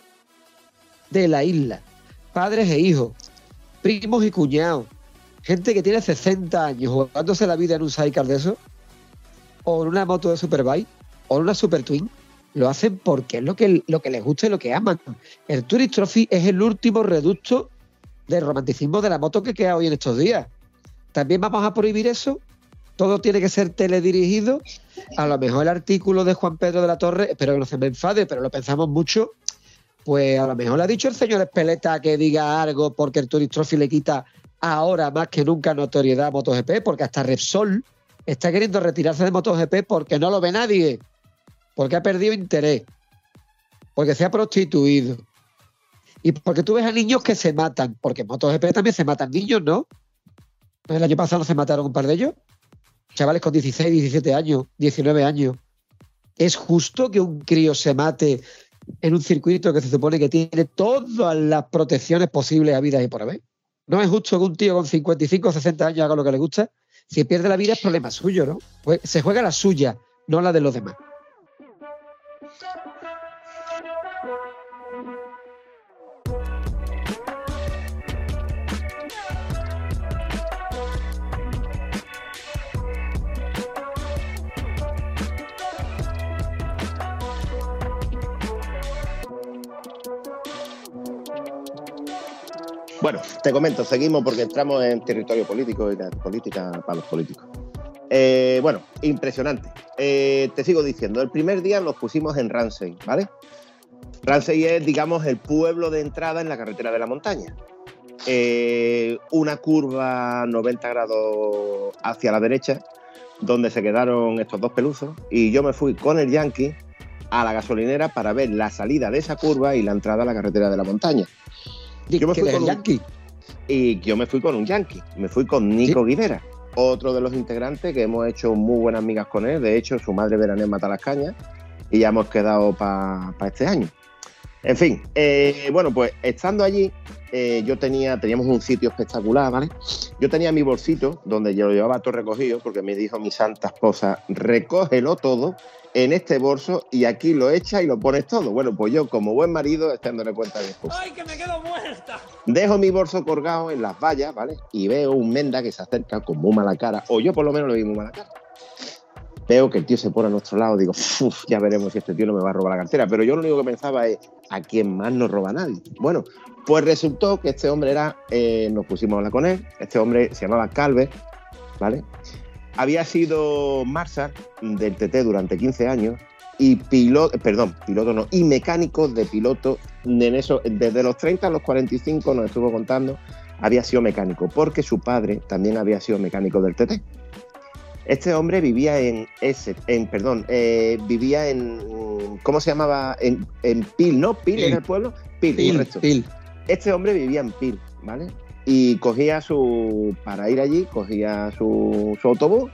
padres e hijos, primos y cuñados, gente que tiene 60 años jugándose la vida en un Sidecar de eso, o en una moto de Superbike, o en una Super Twin. Lo hacen porque es lo que les gusta y lo que aman. El Tourist Trophy es el último reducto del romanticismo de la moto que queda hoy en estos días. ¿También vamos a prohibir eso? ¿Todo tiene que ser teledirigido? A lo mejor el artículo de Juan Pedro de la Torre, espero que no se me enfade, pero lo pensamos mucho, pues a lo mejor le ha dicho el señor Espeleta que diga algo porque el Tourist Trophy le quita ahora más que nunca notoriedad a MotoGP, porque hasta Repsol está queriendo retirarse de MotoGP porque no lo ve nadie, porque ha perdido interés, porque se ha prostituido y porque tú ves a niños que se matan, porque en MotoGP también se matan niños, ¿no? El año pasado se mataron un par de ellos, chavales con 16, 17 años, 19 años. ¿Es justo que un crío se mate en un circuito que se supone que tiene todas las protecciones posibles a vida y por haber? ¿No es justo que un tío con 55 o 60 años haga lo que le gusta? Si pierde la vida es problema suyo, ¿no? Pues se juega la suya, no la de los demás. Bueno, te comento, seguimos porque entramos en territorio político y la política para los políticos. Bueno, impresionante. Te sigo diciendo, el primer día nos pusimos en Ramsey, ¿vale? Ramsey es, digamos, el pueblo de entrada en la carretera de la montaña. Una curva 90 grados hacia la derecha, donde se quedaron estos dos peluzos, y yo me fui con el Yankee a la gasolinera para ver la salida de esa curva y la entrada a la carretera de la montaña. Yo me fui con Yankee. Y yo me fui con un Yankee, me fui con Nico Guidera, otro de los integrantes que hemos hecho muy buenas amigas con él. De hecho, su madre veranea en Matalascañas y ya hemos quedado para este año. En fin, bueno, pues estando allí, teníamos un sitio espectacular, ¿vale? Yo tenía mi bolsito donde yo lo llevaba todo recogido porque me dijo mi santa esposa, recógelo todo en este bolso y aquí lo echas y lo pones todo. Bueno, pues yo, como buen marido, echándole cuenta a mi esposa. ¡Ay, que me quedo muerta! Dejo mi bolso colgado en las vallas, ¿vale? Y veo un Menda que se acerca con muy mala cara, o yo por lo menos le vi muy mala cara. Veo que el tío se pone a nuestro lado, digo, ya veremos si este tío no me va a robar la cartera. Pero yo lo único que pensaba es, ¿a quién más no roba nadie? Bueno, pues resultó que este hombre era, nos pusimos a hablar con él, este hombre se llamaba Calver, ¿vale? Había sido Marshal del TT durante 15 años y y mecánico de piloto en eso, desde los 30 a los 45 nos estuvo contando, había sido mecánico, porque su padre también había sido mecánico del TT. Este hombre vivía vivía en, ¿cómo se llamaba? En Pil, ¿no? Pil era el pueblo. Pil, correcto. Pil. Este hombre vivía en Pil, ¿vale? Y para ir allí, cogía su autobús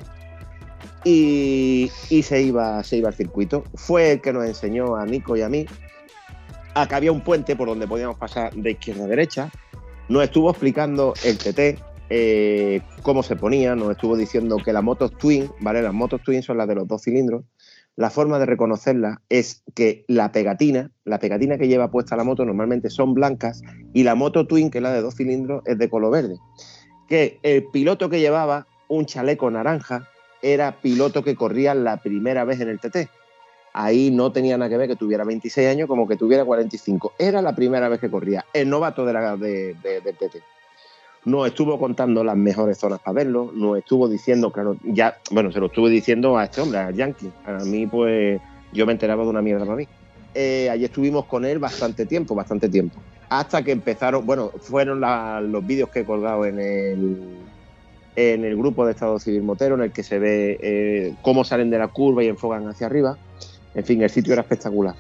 y se iba al circuito. Fue el que nos enseñó a Nico y a mí a que había un puente por donde podíamos pasar de izquierda a derecha. Nos estuvo explicando el TT, cómo se ponía, nos estuvo diciendo que las motos Twin, ¿vale? Las motos Twin son las de los 2 cilindros. La forma de reconocerlas es que la pegatina que lleva puesta la moto normalmente son blancas y la moto Twin, que es la de 2 cilindros, es de color verde. Que el piloto que llevaba un chaleco naranja era piloto que corría la primera vez en el TT. Ahí no tenía nada que ver que tuviera 26 años como que tuviera 45. Era la primera vez que corría, el novato del TT. Nos estuvo contando las mejores zonas para verlo, nos estuvo diciendo, claro, se lo estuve diciendo a este hombre, a Yankee. A mí, pues, yo me enteraba de una mierda para mí. allí estuvimos con él bastante tiempo. Hasta que empezaron, bueno, fueron los vídeos que he colgado en el grupo de Estado Civil Motero, en el que se ve cómo salen de la curva y enfocan hacia arriba. En fin, el sitio era espectacular.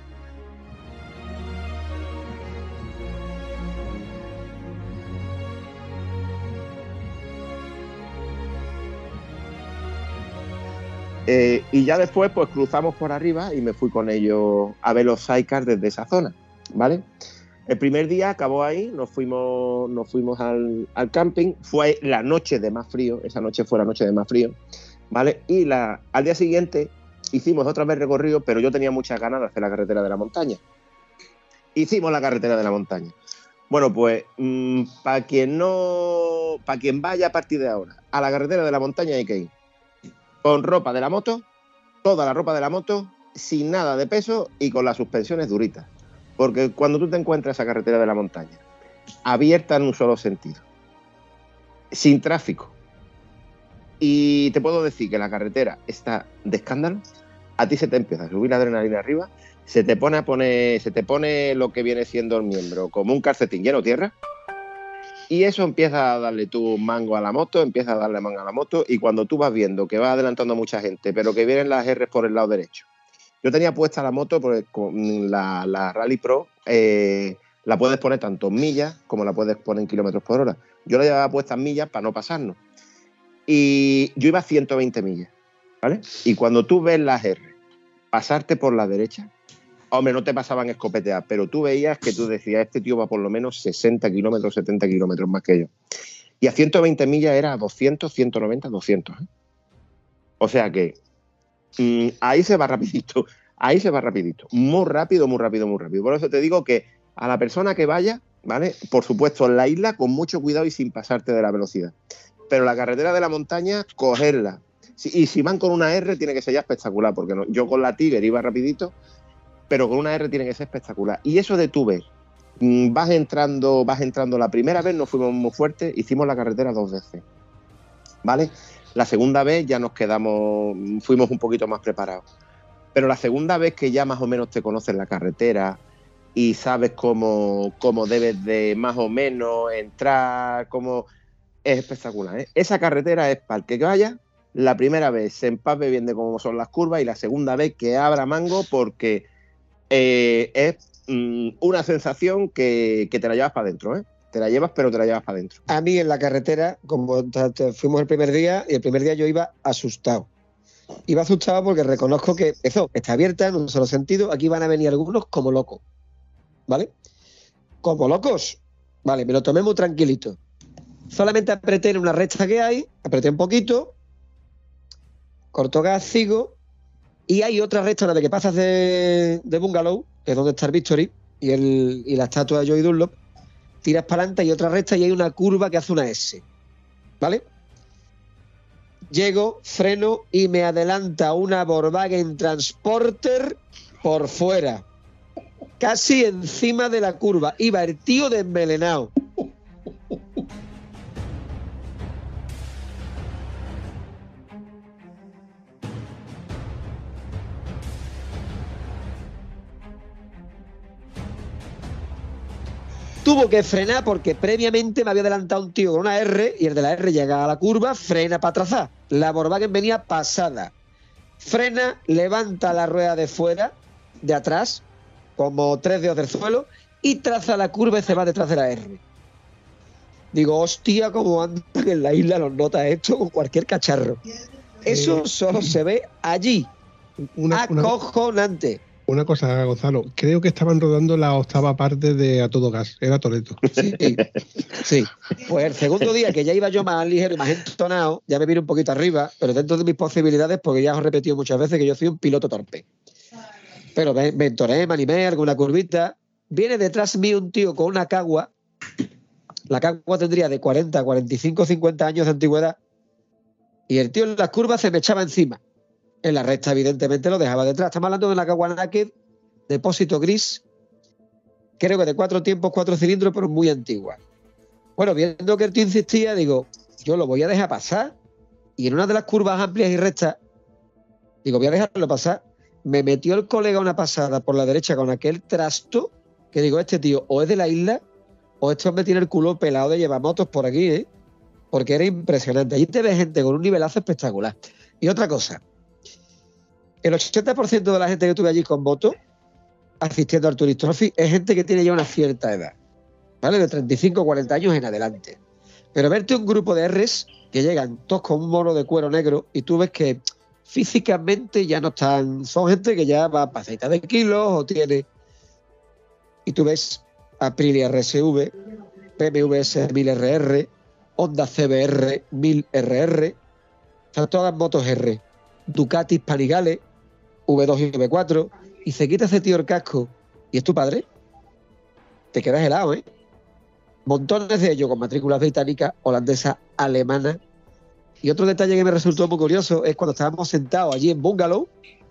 Y ya después pues cruzamos por arriba y me fui con ellos a ver los sidecars desde esa zona, ¿vale? El primer día acabó ahí, nos fuimos al camping, fue la noche de más frío, esa noche fue la noche de más frío, ¿vale? Y al día siguiente hicimos otra vez recorrido, pero yo tenía muchas ganas de hacer la carretera de la montaña. Hicimos la carretera de la montaña. Bueno, pues para quien vaya a partir de ahora a la carretera de la montaña hay que ir con ropa de la moto, toda la ropa de la moto, sin nada de peso y con las suspensiones duritas. Porque cuando tú te encuentras esa carretera de la montaña, abierta en un solo sentido, sin tráfico, y te puedo decir que la carretera está de escándalo, a ti se te empieza a subir la adrenalina arriba, se te pone lo que viene siendo el miembro como un calcetín lleno de tierra, y eso empieza a darle tu mango a la moto, y cuando tú vas viendo que vas adelantando a mucha gente, pero que vienen las R's por el lado derecho. Yo tenía puesta la moto, porque con la Rally Pro la puedes poner tanto en millas como la puedes poner en kilómetros por hora. Yo la llevaba puesta en millas para no pasarnos. Y yo iba a 120 millas, ¿vale? Y cuando tú ves las R pasarte por la derecha, hombre, no te pasaban escopetear, pero tú veías que tú decías, este tío va por lo menos 60 kilómetros, 70 kilómetros más que yo. Y a 120 millas era 200, 190, 200. O sea que ahí se va rapidito. Muy rápido. Por eso te digo que a la persona que vaya, ¿vale? Por supuesto, en la isla, con mucho cuidado y sin pasarte de la velocidad. Pero la carretera de la montaña, cogerla. Y si van con una R, tiene que ser ya espectacular, porque yo con la Tiger iba rapidito, pero con una R tiene que ser espectacular. Y eso de tú ver, vas entrando, la primera vez nos fuimos muy fuertes, hicimos la carretera 2 veces, ¿vale? La segunda vez ya fuimos un poquito más preparados. Pero la segunda vez que ya más o menos te conoces la carretera y sabes cómo debes de más o menos entrar, es espectacular, ¿eh? Esa carretera es para el que vaya, la primera vez se empape bien de cómo son las curvas y la segunda vez que abra mango, porque es una sensación que te la llevas para adentro, ¿eh? Te la llevas, pero te la llevas para adentro. A mí en la carretera, como fuimos el primer día, y el primer día yo iba asustado. Iba asustado porque reconozco que eso está abierta en un solo sentido. Aquí van a venir algunos como locos, ¿vale? Como locos. Vale, me lo tomé muy tranquilito. Solamente apreté en una recta que hay, apreté un poquito, corto gas, sigo, y hay otra recta, una de que pasas de Bungalow, que es donde está el Victory, y la estatua de Joey Dunlop, tiras para adelante y otra recta y hay una curva que hace una S, ¿vale? Llego, freno y me adelanta una Volkswagen Transporter por fuera, casi encima de la curva. Iba el tío desmelenado. Tuvo que frenar porque previamente me había adelantado un tío con una R y el de la R llega a la curva, frena para trazar. La Volkswagen venía pasada. Frena, levanta la rueda de fuera, de atrás, como 3 dedos del suelo, y traza la curva y se va detrás de la R. Digo, hostia, cómo andan en la isla los notas esto con cualquier cacharro. Eso solo se ve allí. Acojonante. Una cosa, Gonzalo, creo que estaban rodando la 8ª parte de A Todo Gas, era Toretto. Sí. Pues el segundo día, que ya iba yo más ligero y más entonado, ya me vine un poquito arriba, pero dentro de mis posibilidades, porque ya os he repetido muchas veces que yo soy un piloto torpe. Pero me entoné, me animé, alguna curvita. Viene detrás mío un tío con una Cagua. La Cagua tendría de 40, 45, 50 años de antigüedad. Y el tío en las curvas se me echaba encima. En la recta, evidentemente, lo dejaba detrás. Estamos hablando de una Cagua Naked, depósito gris, creo que de 4 tiempos, 4 cilindros, pero muy antigua. Bueno, viendo que el tío insistía, digo, yo lo voy a dejar pasar. Y en una de las curvas amplias y rectas, digo, voy a dejarlo pasar. me metió el colega una pasada por la derecha con aquel trasto que digo, este tío o es de la isla o este hombre tiene el culo pelado de llevar motos por aquí, ¿eh? Porque era impresionante. Allí te ves gente con un nivelazo espectacular. Y otra cosa, el 80% de la gente que tuve allí con moto asistiendo al Tourist Trophy es gente que tiene ya una cierta edad, ¿vale? De 35 o 40 años en adelante. Pero verte un grupo de Rs que llegan todos con un mono de cuero negro y tú ves que físicamente ya no están, son gente que ya va pasadita de kilos o tiene, y tú ves Aprilia RSV, BMW S1000RR, Honda CBR 1000RR, están todas motos R, Ducati Panigale, V2 y V4, y se quita ese tío el casco y es tu padre, te quedas helado, ¿eh? Montones de ellos con matrículas británicas, holandesas, alemanas. Y otro detalle que me resultó muy curioso es cuando estábamos sentados allí en Bungalow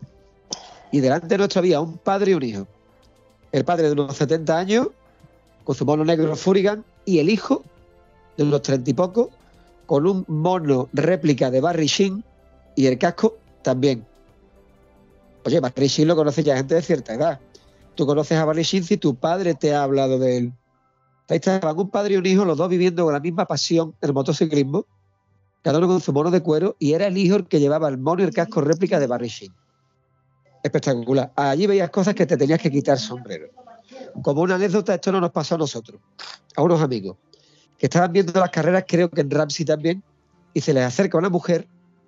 y delante nuestro había un padre y un hijo. El padre de unos 70 años con su mono negro Furigan y el hijo de unos 30 y poco con un mono réplica de Barry Sheen y el casco también. Oye, Barry Sheen lo conoce ya gente de cierta edad. Tú conoces a Barry Sheen si tu padre te ha hablado de él. Ahí estaban un padre y un hijo, los dos viviendo con la misma pasión el motociclismo, cada uno con su mono de cuero, y era el hijo el que llevaba el mono y el casco réplica de Barry Sheen. Espectacular. Allí veías cosas que te tenías que quitar sombrero. Como una anécdota, esto no nos pasó a nosotros, a unos amigos, que estaban viendo las carreras, creo que en Ramsey también, y se les acerca una mujer.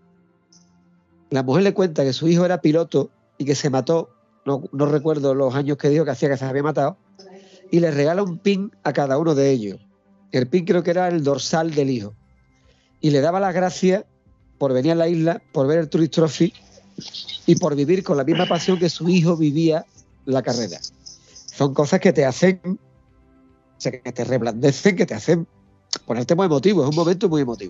La mujer le cuenta que su hijo era piloto y que se mató, no recuerdo los años que dijo que hacía que se había matado, y le regala un pin a cada uno de ellos. El pin creo que era el dorsal del hijo. Y le daba las gracias por venir a la isla, por ver el Tourist Trophy y por vivir con la misma pasión que su hijo vivía la carrera. Son cosas que te hacen, o sea, que te reblandecen, que te hacen ponerte muy emotivo. Es un momento muy emotivo.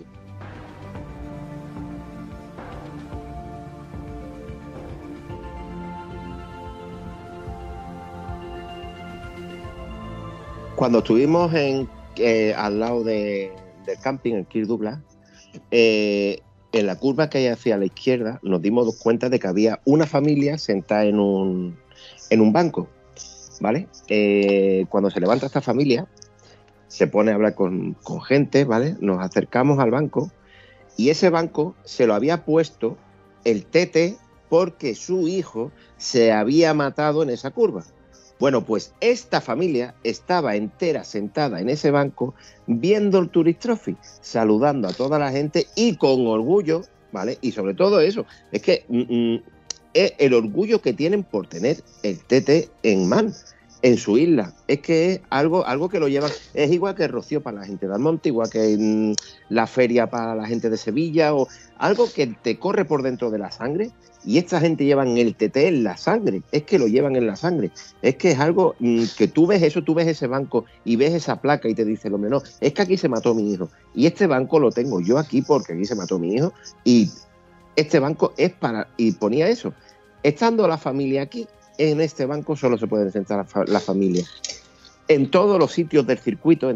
Cuando estuvimos al lado del camping, en Kirk Douglas, en la curva que hay hacia la izquierda, nos dimos cuenta de que había una familia sentada en un banco, ¿vale? Cuando se levanta esta familia, se pone a hablar con gente, ¿vale? Nos acercamos al banco y ese banco se lo había puesto el Tete porque su hijo se había matado en esa curva. Bueno, pues esta familia estaba entera sentada en ese banco viendo el Tourist Trophy, saludando a toda la gente y con orgullo, ¿vale? Y sobre todo eso, es que es el orgullo que tienen por tener el TT en Man, en su isla. Es que es algo que lo llevan, es igual que el Rocío para la gente de Almonte, igual que la feria para la gente de Sevilla, o algo que te corre por dentro de la sangre. Y esta gente llevan el TT en la sangre, es que lo llevan en la sangre. Es que es algo que tú ves eso, tú ves ese banco y ves esa placa y te dice, hombre, no, es que aquí se mató mi hijo. Y este banco lo tengo yo aquí porque aquí se mató mi hijo. Y este banco es para... Y ponía eso. Estando la familia aquí, en este banco solo se pueden sentar la familia. En todos los sitios del circuito,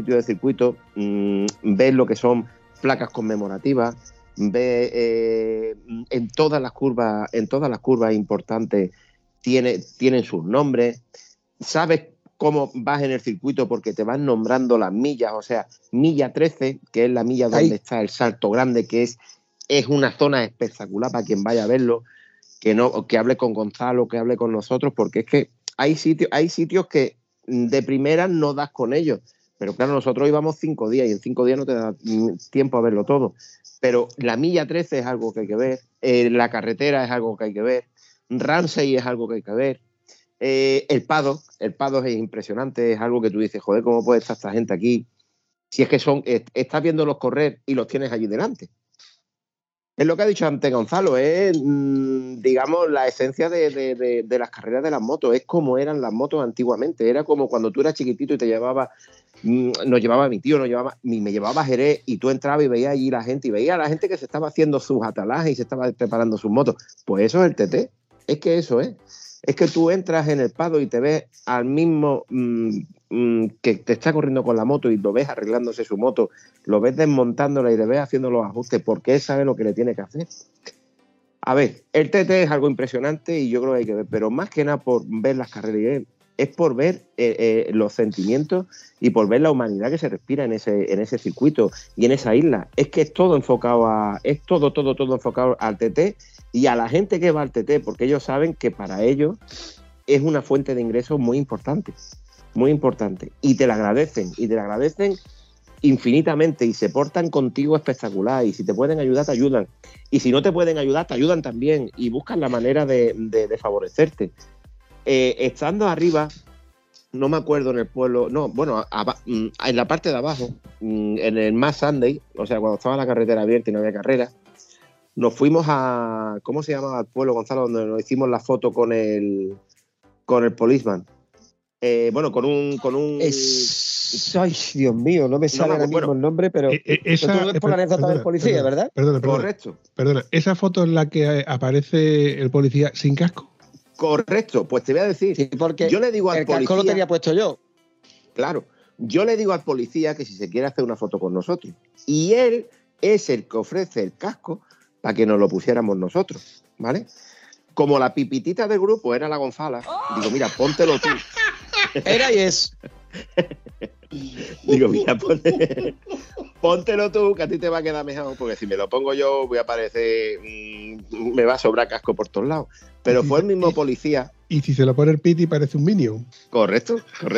ves lo que son placas conmemorativas, ve en todas las curvas importantes tienen sus nombres, sabes cómo vas en el circuito porque te van nombrando las millas, o sea, milla 13, que es la milla donde está el Salto Grande, que es una zona espectacular para quien vaya a verlo, que hable con Gonzalo, que hable con nosotros, porque es que hay sitios que de primera no das con ellos. Pero claro, nosotros íbamos 5 días y en 5 días no te da tiempo a verlo todo. Pero la milla 13 es algo que hay que ver, la carretera es algo que hay que ver, Ramsey es algo que hay que ver, el paddock es impresionante, es algo que tú dices, joder, ¿cómo puede estar esta gente aquí? Si es que estás viéndolos correr y los tienes allí delante. Es lo que ha dicho antes Gonzalo, es, digamos, la esencia de las carreras de las motos, es como eran las motos antiguamente, era como cuando tú eras chiquitito y te llevaba, nos llevaba mi tío, me llevaba a Jerez y tú entrabas y veías allí la gente, y veías a la gente que se estaba haciendo sus atalajes y se estaba preparando sus motos. Pues eso es el TT, es que eso es que tú entras en el paddock y te ves al mismo que te está corriendo con la moto y lo ves arreglándose su moto, lo ves desmontándola y le ves haciendo los ajustes porque él sabe lo que le tiene que hacer. A ver, el TT es algo impresionante y yo creo que hay que ver, pero más que nada por ver las carreras, es por ver los sentimientos y por ver la humanidad que se respira en ese circuito y en esa isla. Es que es todo enfocado todo enfocado al TT y a la gente que va al TT, porque ellos saben que para ellos es una fuente de ingresos muy importante, y te la agradecen infinitamente y se portan contigo espectacular, y si te pueden ayudar te ayudan, y si no te pueden ayudar te ayudan también y buscan la manera de favorecerte. Estando arriba, no me acuerdo en el pueblo, no, bueno, en la parte de abajo, en el Más Sunday, o sea, cuando estaba la carretera abierta y no había carrera, nos fuimos a, ¿cómo se llamaba el pueblo, Gonzalo, donde nos hicimos la foto con el policeman? Bueno, con un... Ay, Dios mío, no me sale ahora mismo el nombre, pero esa es por la anécdota del policía, ¿verdad? Correcto. Perdona, ¿esa foto es la que aparece el policía sin casco? Correcto, pues te voy a decir, sí, porque yo le digo al policía... casco lo tenía puesto yo. Claro, yo le digo al policía que si se quiere hacer una foto con nosotros, y él es el que ofrece el casco para que nos lo pusiéramos nosotros, ¿vale? Como la pipitita del grupo era la Gonzala, digo, mira, póntelo tú. Era y es. Digo, mira, póntelo tú, que a ti te va a quedar mejor, porque si me lo pongo yo voy a parecer... me va a sobrar casco por todos lados. Pero fue el mismo policía. Y si se lo pone el Piti parece un Minion. Correcto.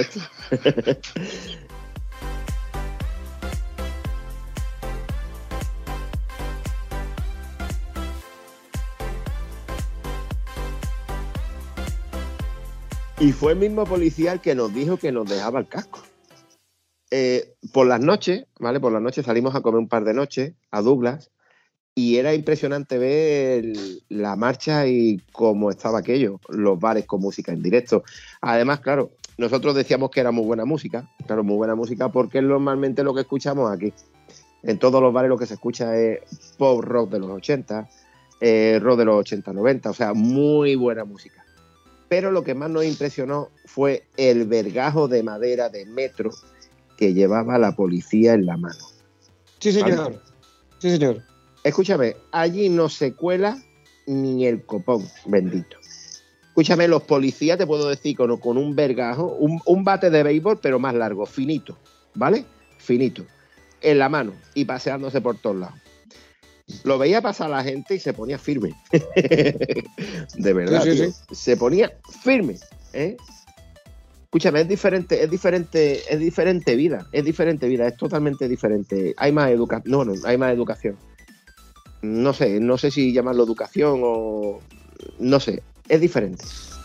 Y fue el mismo policía el que nos dijo que nos dejaba el casco. Por las noches, ¿vale? Por las noches salimos a comer un par de noches a Douglas y era impresionante ver la marcha y cómo estaba aquello, los bares con música en directo. Además, claro, nosotros decíamos que era muy buena música, claro, muy buena música porque es normalmente lo que escuchamos aquí. En todos los bares lo que se escucha es pop rock de los 80, rock de los 80-90, o sea, muy buena música. Pero lo que más nos impresionó fue el vergajo de madera de metro que llevaba la policía en la mano. Sí, señor. ¿Vale? Sí, señor. Escúchame, allí no se cuela ni el copón, bendito. Escúchame, los policías, te puedo decir, con un vergajo, un bate de béisbol, pero más largo, finito, ¿vale? Finito, en la mano y paseándose por todos lados. Lo veía pasar la gente y se ponía firme. De verdad, sí, tío. sí. Se ponía firme, ¿eh? Escúchame, es diferente vida, es totalmente diferente. Hay más educación, hay más educación. No sé si llamarlo educación o... No sé, es diferente.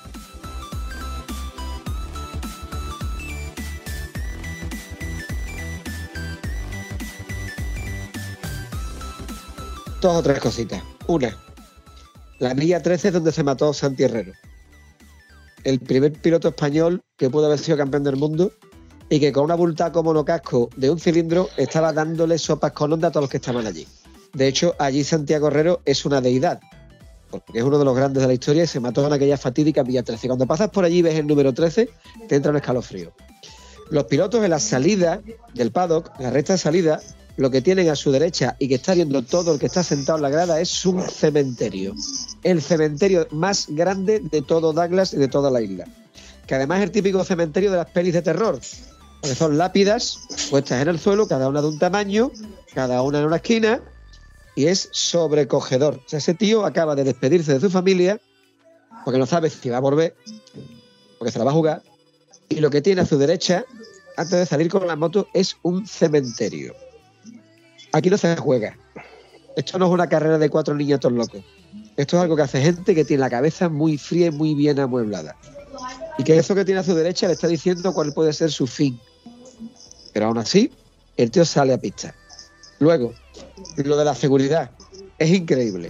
Dos o tres cositas. Una, la milla 13 es donde se mató Santi Herrero, el primer piloto español que pudo haber sido campeón del mundo y que con una bulta como monocasco de un cilindro estaba dándole sopas con onda a todos los que estaban allí. De hecho, allí Santiago Herrero es una deidad, porque es uno de los grandes de la historia y se mató en aquella fatídica milla 13. Cuando pasas por allí y ves el número 13, te entra un escalofrío. Los pilotos en la salida del paddock, en la recta salida, lo que tienen a su derecha y que está viendo todo el que está sentado en la grada es un cementerio. El cementerio más grande de todo Douglas y de toda la isla. Que además es el típico cementerio de las pelis de terror. Porque son lápidas puestas en el suelo, cada una de un tamaño, cada una en una esquina, y es sobrecogedor. O sea, ese tío acaba de despedirse de su familia porque no sabe si va a volver, porque se la va a jugar, y lo que tiene a su derecha, antes de salir con la moto, es un cementerio. Aquí no se juega. Esto no es una carrera de 4 niñatos locos. Esto es algo que hace gente que tiene la cabeza muy fría y muy bien amueblada. Y que eso que tiene a su derecha le está diciendo cuál puede ser su fin. Pero aún así, el tío sale a pista. Luego, lo de la seguridad es increíble.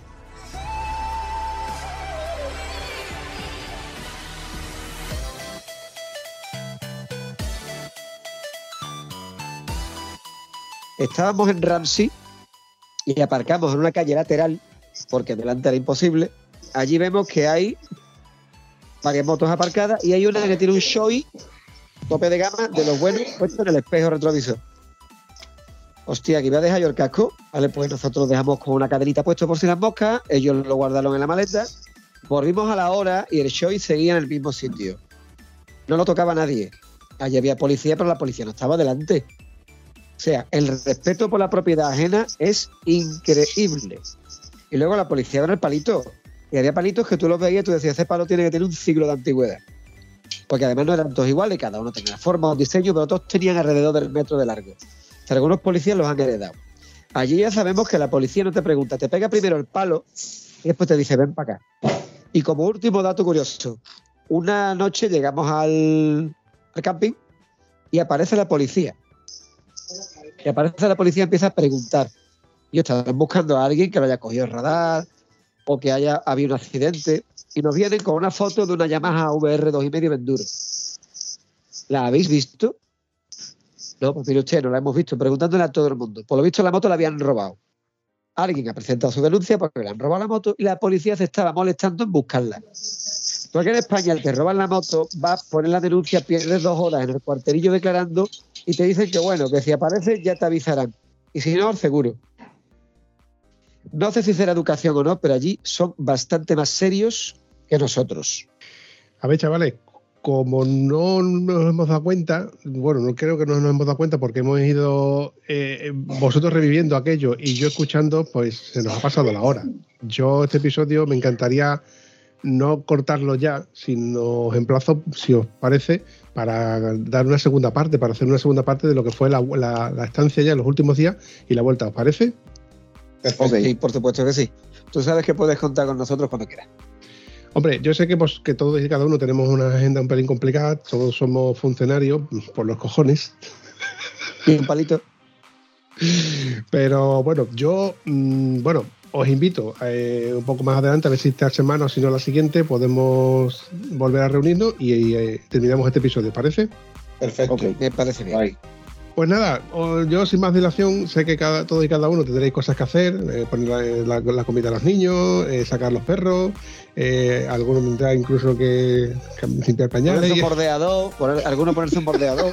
Estábamos en Ramsey y aparcamos en una calle lateral porque delante era imposible. Allí vemos que hay varias motos aparcadas y hay una que tiene un Shoei tope de gama de los buenos puesto en el espejo retrovisor. hostia, que voy a dejar yo el casco, ¿vale? Pues nosotros dejamos con una cadenita puesto por si las moscas, ellos lo guardaron en la maleta, volvimos a la hora y el show seguía en el mismo sitio. No lo tocaba nadie. Allí había policía, pero la policía no estaba delante. O sea, el respeto por la propiedad ajena es increíble. Y luego la policía con el palito. Y había palitos que tú los veías y tú decías, ese palo tiene que tener un siglo de antigüedad. Porque además no eran todos iguales, cada uno tenía forma o diseño, pero todos tenían alrededor del metro de largo. O sea, algunos policías los han heredado. Allí ya sabemos que la policía no te pregunta, te pega primero el palo y después te dice, ven para acá. Y como último dato curioso, una noche llegamos al camping y aparece la policía. Y aparece la policía y empieza a preguntar. Y estaban buscando a alguien que lo haya cogido el radar o que haya habido un accidente. Y nos vienen con una foto de una Yamaha VR 2.5 Enduro. ¿La habéis visto? No, pues mire usted, no la hemos visto. Preguntándole a todo el mundo. Por lo visto la moto la habían robado. Alguien ha presentado su denuncia porque le han robado la moto y la policía se estaba molestando en buscarla. Porque en España el que roba la moto va a poner la denuncia, pierde 2 horas en el cuartelillo declarando y te dicen que bueno, que si aparece ya te avisarán. Y si no, seguro. No sé si será educación o no, pero allí son bastante más serios que nosotros. A ver, chavales, como no nos hemos dado cuenta, bueno, no creo que no nos hemos dado cuenta porque hemos ido vosotros reviviendo aquello y yo escuchando, pues se nos ha pasado la hora. Yo este episodio me encantaría no cortarlo ya, sino os emplazo, si os parece, para dar una segunda parte, para hacer una segunda parte de lo que fue la estancia ya en los últimos días y la vuelta, ¿os parece? Perfecto. Sí, por supuesto que sí. Tú sabes que puedes contar con nosotros cuando quieras. Hombre, yo sé que todos y cada uno tenemos una agenda un pelín complicada, todos somos funcionarios por los cojones. Y un palito. Pero bueno, yo os invito un poco más adelante, a ver si esta semana o si no la siguiente podemos volver a reunirnos y terminamos este episodio, ¿parece? Perfecto. Okay, me parece bien. Bye. Pues nada, yo sin más dilación sé que todos y cada uno tendréis cosas que hacer, poner la comida a los niños, sacar los perros, algunos tendrá incluso que limpiar pañales. Ponerse un bordeador, algunos ponerse un bordeador.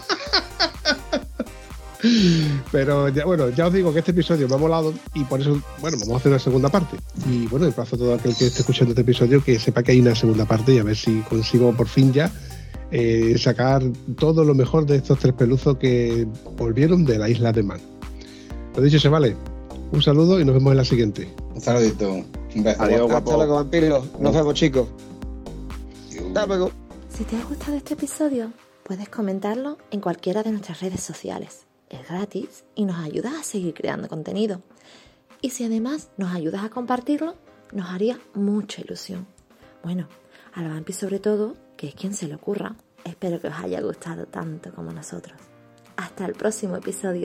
Pero ya os digo que este episodio me ha molado y por eso, vamos a hacer una segunda parte. Y bueno, emplazo a todo aquel que esté escuchando este episodio que sepa que hay una segunda parte y a ver si consigo por fin ya sacar todo lo mejor de estos 3 peluzos que volvieron de la isla de Man. Lo dicho, se vale. Un saludo y nos vemos en la siguiente. Un saludito. Un beso. Adiós, guapo. Hasta luego, vampiros. Nos vemos, chicos. Hasta luego. Si te ha gustado este episodio, puedes comentarlo en cualquiera de nuestras redes sociales. Es gratis y nos ayudas a seguir creando contenido. Y si además nos ayudas a compartirlo, nos haría mucha ilusión. Bueno, a la vampi sobre todo, que es quien se le ocurra. Espero que os haya gustado tanto como nosotros. Hasta el próximo episodio.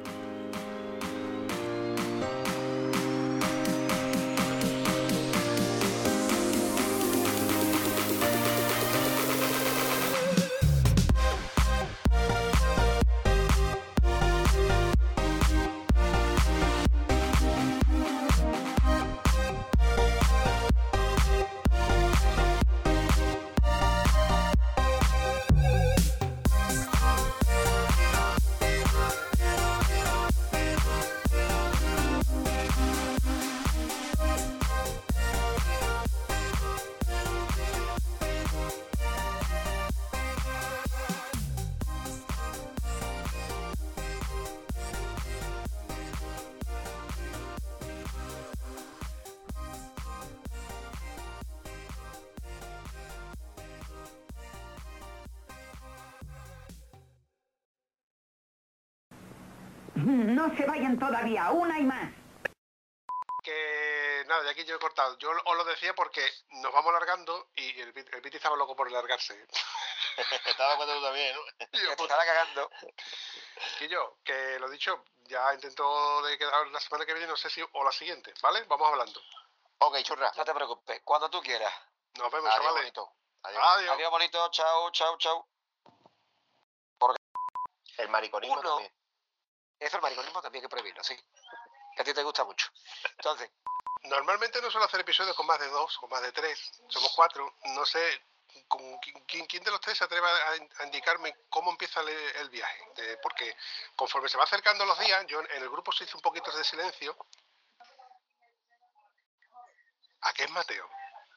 No se vayan todavía, una y más. Que nada, de aquí yo he cortado. Yo os lo decía porque nos vamos alargando y el Piti estaba loco por largarse. Estaba cuando tú también, ¿no? Yo, Te estaba cagando. y yo, que lo dicho, ya intento de quedar la semana que viene, no sé si o la siguiente, ¿vale? Vamos hablando. Ok, churra. No te preocupes, cuando tú quieras. Nos vemos, Adiós, chavales. bonito. Adiós. Adiós, bonito. Chao, chao, chao. El mariconismo Uno. también. Eso el mariconismo también hay que prohibirlo, sí. Que a ti te gusta mucho. Entonces, Normalmente no suelo hacer episodios con más de 2, con más de 3. Somos 4. No sé ¿quién de los tres se atreve a indicarme cómo empieza el viaje? Porque conforme se va acercando los días, yo en el grupo se hizo un poquito de silencio. ¿A qué es Mateo?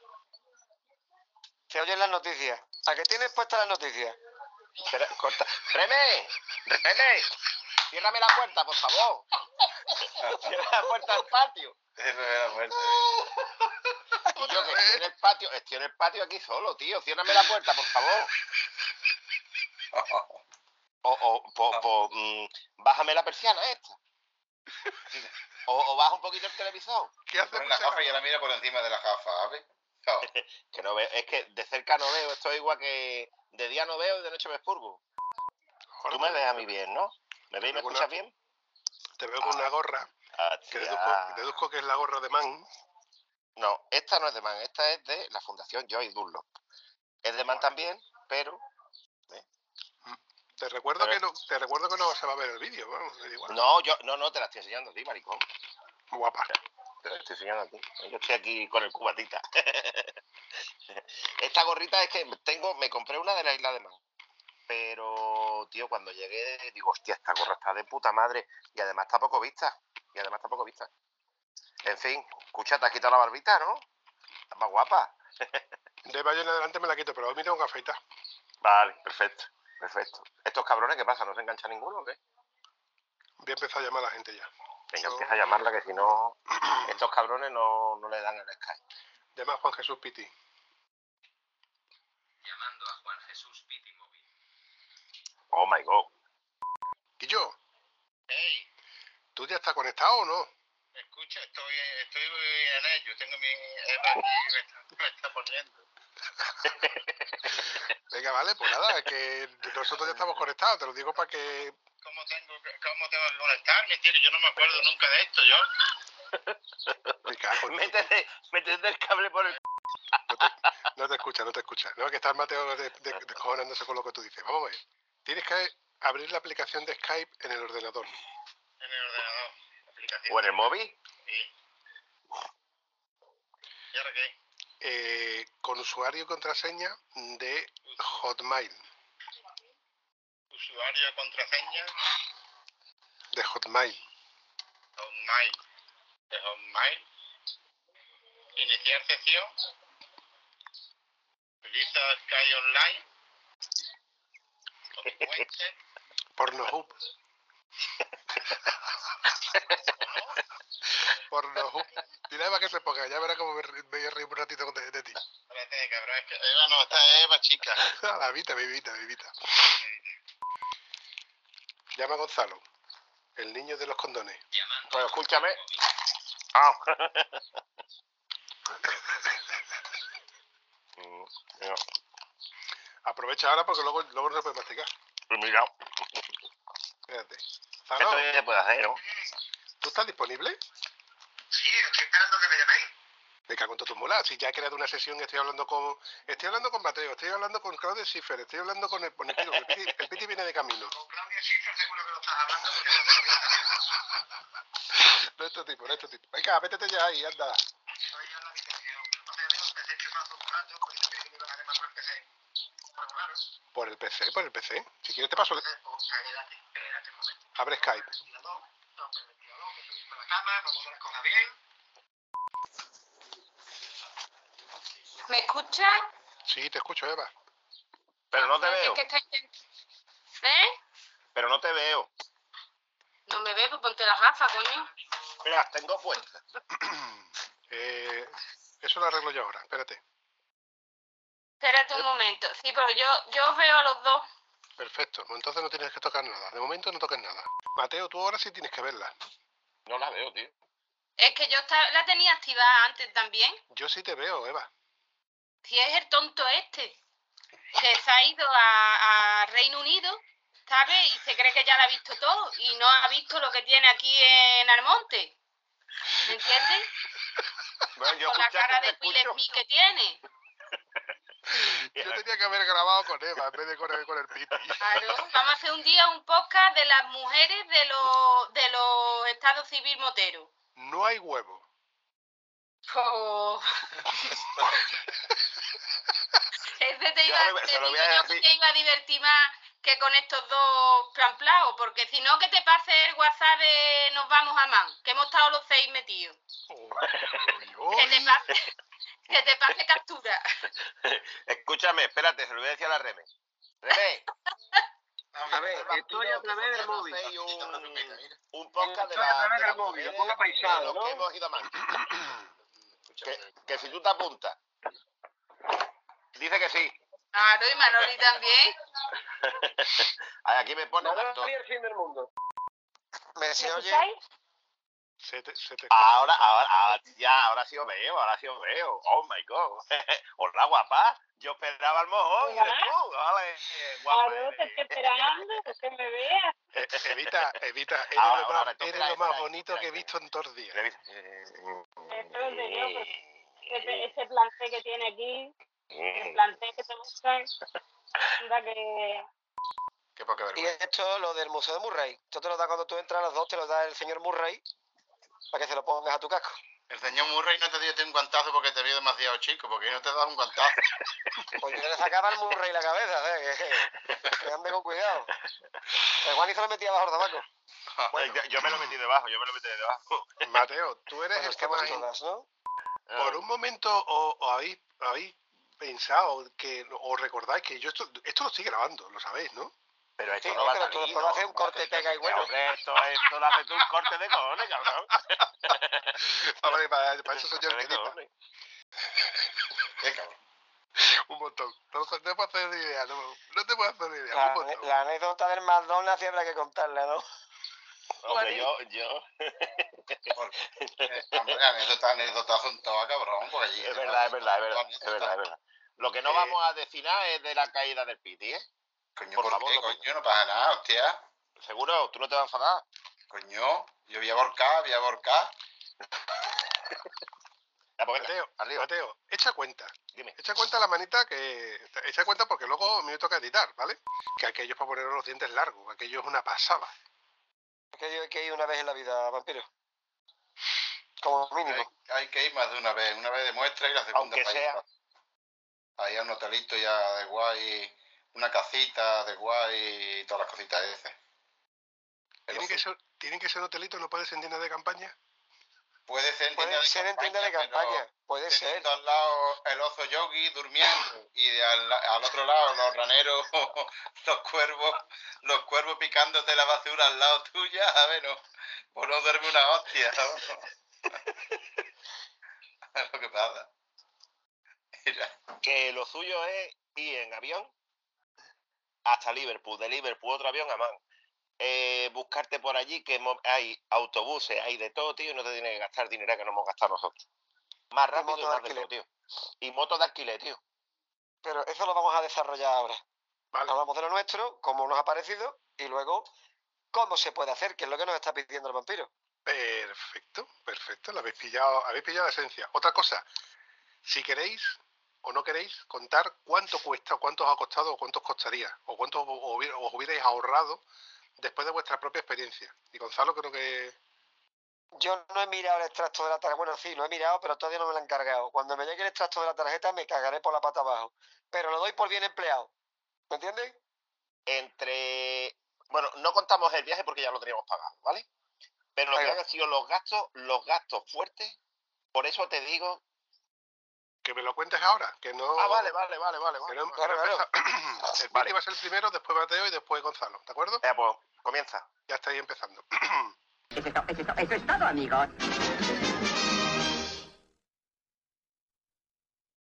Se oyen las noticias. ¿A qué tienes puestas las noticias? Espera, corta. ¡Reme! ¡Ciérrame la puerta, por favor! ¡Cierra la puerta del patio! Cierra la puerta. Y yo que estoy en el patio aquí solo, tío. Ciérrame la puerta, por favor. Bájame la persiana esta. O baja un poquito el televisor. ¿Qué hace? Pon la gafa y la mira por encima de la gafa, ¿sabes? No. Que no veo, es que de cerca no veo, esto es igual que de día no veo y de noche me expurgo. Tú me ves a mí bien, ¿no? ¿Me ves y me escuchas bien? Te veo con una gorra, que deduzco que es la gorra de Man. No, esta no es de Man, esta es de la Fundación Joy Dunlop. Es de Man también, pero... Te recuerdo que no se va a ver el vídeo, vamos, es igual. No, te la estoy enseñando a ti, maricón. Guapa. Te la estoy enseñando a ti. Yo estoy aquí con el cubatita. Esta gorrita es que me compré una de la Isla de Man. Pero, tío, cuando llegué, digo, hostia, esta gorra está de puta madre. Y además está poco vista. En fin, escucha, te has quitado la barbita, ¿no? Estás más guapa. De mayo en adelante me la quito, pero hoy me tengo que afeitar. Vale, perfecto. ¿Estos cabrones qué pasa? ¿No se engancha ninguno o qué? Voy a empezar a llamar a la gente ya. Venga, empieza a llamarla, que si no, estos cabrones no le dan el Skype. Llama a Juan Jesús Piti. Llamando a Juan Jesús Piti móvil. Oh my god. ¿Y yo? Hey, ¿Tú ya estás conectado o no? ¿me escuchas? Estoy en ello. Tengo mi Eva aquí que me está poniendo. Venga, vale, pues nada, es que nosotros ya estamos conectados, te lo digo para que... ¿Cómo tengo que conectarme, tío? Yo no me acuerdo nunca de esto, yo. Me cago en tu- Métete el cable por el... No te escucha. No, que está el Mateo descojonándose con lo que tú dices. Vamos a ver. Tienes que abrir la aplicación de Skype en el ordenador. En el ordenador. Aplicación. ¿O en el móvil? Sí. ¿Y ahora qué? Con usuario y contraseña de Hotmail. Usuario de contraseña. De Hotmail. Hotmail. De Hotmail. Iniciar sesión. Utiliza Sky Online. Consecuente. Pornhub. Pornhub. Dile a Eva que se ponga, ya verá cómo me voy a reír un ratito de ti. Espérate, cabrón, es que Eva no, esta es Eva chica. La vita. Llama a Gonzalo, el niño de los condones. Pues escúchame. Ah. No. Aprovecha ahora porque luego no se puede masticar. Mira, Espérate. esto Gonzalo, ya se puede hacer, ¿no? ¿tú estás disponible? Sí, estoy esperando que me llaméis. Me cago en todas tus mulas. Si ya he creado una sesión, estoy hablando con Mateo, estoy hablando con Claudio Schiffer, estoy hablando con el Pito. El Piti viene de camino. Con Claudia Schiffer seguro que lo estás hablando porque no sé lo que está No es tu tipo. Venga, métete ya ahí, anda. Estoy ya en la habitación. No sé, empecé enchufando un rato porque yo creí que me iban a llamar por el PC. Pero claro. Por el PC. Si quieres te paso. Espérate un momento. Abre Skype. El ventilador, que subirme a la cama, vamos a hacer las cosas bien. ¿Me escuchas? Sí, te escucho, Eva. Pero no te veo. Es que estoy... ¿Eh? Pero no te veo. No me veo, pues ponte las gafas, coño. Mira, las tengo puestas. Eso lo arreglo yo ahora, espérate. Espérate un momento. Sí, pero yo os veo a los dos. Perfecto, pues entonces no tienes que tocar nada. De momento no toques nada. Mateo, tú ahora sí tienes que verla. No la veo, tío. Es que yo la tenía activada antes también. Yo sí te veo, Eva. Si es el tonto este, que se ha ido a Reino Unido, ¿sabes? Y se cree que ya lo ha visto todo y no ha visto lo que tiene aquí en Almonte. ¿Me entiendes? Bueno, yo Con la escuché cara que de te Will escucho. Smith que tiene. Yo tenía que haber grabado con Eva en vez de con el Piti. Claro, vamos a hacer un día un podcast de las mujeres de los estados civil moteros. No hay huevo. Oh. Es de que te Yo iba, se lo te voy digo a yo que decir. te iba a divertir más que con estos dos planplaos, porque si no, que te pase el WhatsApp de nos vamos a Man, que hemos estado los 6 metidos. Que te pase captura. Escúchame, espérate, se lo voy a decir a la Reme. Reme. A ver, estoy a través del móvil. Un podcast de Estoy a través de del móvil, lo ponga de paisano, los ¿no? que hemos ido a Man. Que si tú te apuntas. Dice que sí. Claro, y Manoli también. Ay, aquí me pone No el fin del mundo. ¿Me Se oye. escucháis? Se te ahora sí os veo, Oh my God. Hola, guapa. Yo esperaba el mojón y eres tú. Vale, guapa. Claro, te estoy esperando, que me veas. Evita, eres Ahora, lo más bonito que he visto en todos los días. Ese planté que tiene aquí, el planté que te gusta, anda que... Qué poca Y vergüenza. esto, lo del Museo de Murray. Esto te lo da cuando tú entras a las 2, te lo da el señor Murray para que se lo pongas a tu casco. El señor Murray no te dio un guantazo porque te vio demasiado chico, porque no te daba un guantazo. Pues yo le sacaba al Murray la cabeza, que ande con cuidado. El Juan se lo metía bajo el tabaco. Bueno, yo me lo metí debajo, Mateo, tú eres Bueno, el que estamos más... todas, ¿no? Por un momento os habéis pensado que os recordáis que yo esto lo estoy grabando, lo sabéis, ¿no? Pero esto Sí, no va a pero salir. tú puedes hacer un corte, pega y bueno. Esto lo haces tú un corte de cojones, cabrón. Hombre, para eso soy yo el que edita. Qué cabrón. Un montón. No te puedo hacer ni idea, no te puedo hacer ni idea. Un montón. La anécdota del McDonald's siempre hay que contarla, ¿no? Hombre, yo... Hombre, anécdotas son todas, cabrón, por allí. Es verdad. Lo que no vamos a decir nada es de la caída del Piti, ¿eh? Coño, Por ¿por favor, qué, no. coño? No pasa nada, hostia. ¿Seguro? ¿Tú no te vas a enfadar? Coño, yo voy a borcar. Ya, pues venga, Mateo, echa cuenta. Dime. Echa cuenta la manita echa cuenta porque luego me toca editar, ¿vale? Que aquello es para poner los dientes largos, aquello es una pasada. Aquello hay que ir una vez en la vida, vampiro. Como mínimo. Hay que ir más de una vez de muestra y la segunda Aunque sea. Ahí a un hotelito ya de guay, una casita de guay y todas las cositas esas. ¿Tienen que ser hotelitos? ¿No puede ser en tiendas de campaña? Puede ser en tienda de campaña, puede ser. Teniendo al lado el oso yogi durmiendo y al otro lado los raneros, los cuervos picándote la basura al lado tuya, a ver, no, por no darme una hostia. Es lo que pasa. Mira. Que lo suyo es ir en avión hasta Liverpool, de Liverpool otro avión a Man. Buscarte por allí, que hay autobuses, hay de todo, tío, y no te tienes que gastar dinero que no hemos gastado nosotros. Más rápido y más de todo, tío. Y motos de alquiler, tío. Pero eso lo vamos a desarrollar ahora. Vale. Hablamos de lo nuestro, cómo nos ha parecido, y luego cómo se puede hacer, que es lo que nos está pidiendo el vampiro. Perfecto. Lo habéis pillado la esencia. Otra cosa, si queréis o no queréis contar cuánto cuesta, o cuánto os ha costado, o cuánto os costaría, o cuánto os hubierais ahorrado después de vuestra propia experiencia. Y Gonzalo creo que... Yo no he mirado el extracto de la tarjeta. Bueno, sí, lo he mirado, pero todavía no me lo han cargado. Cuando me llegue el extracto de la tarjeta me cagaré por la pata abajo. Pero lo doy por bien empleado. ¿Me entiendes? Bueno, no contamos el viaje porque ya lo teníamos pagado, ¿vale? Pero lo que han sido los gastos fuertes, por eso te digo... Que me lo cuentes ahora, que no... Vale. Que no, claro. El Piti va a ser el primero, después Mateo y después Gonzalo, ¿de acuerdo? Pues comienza. Ya estáis empezando. Eso es todo, amigos.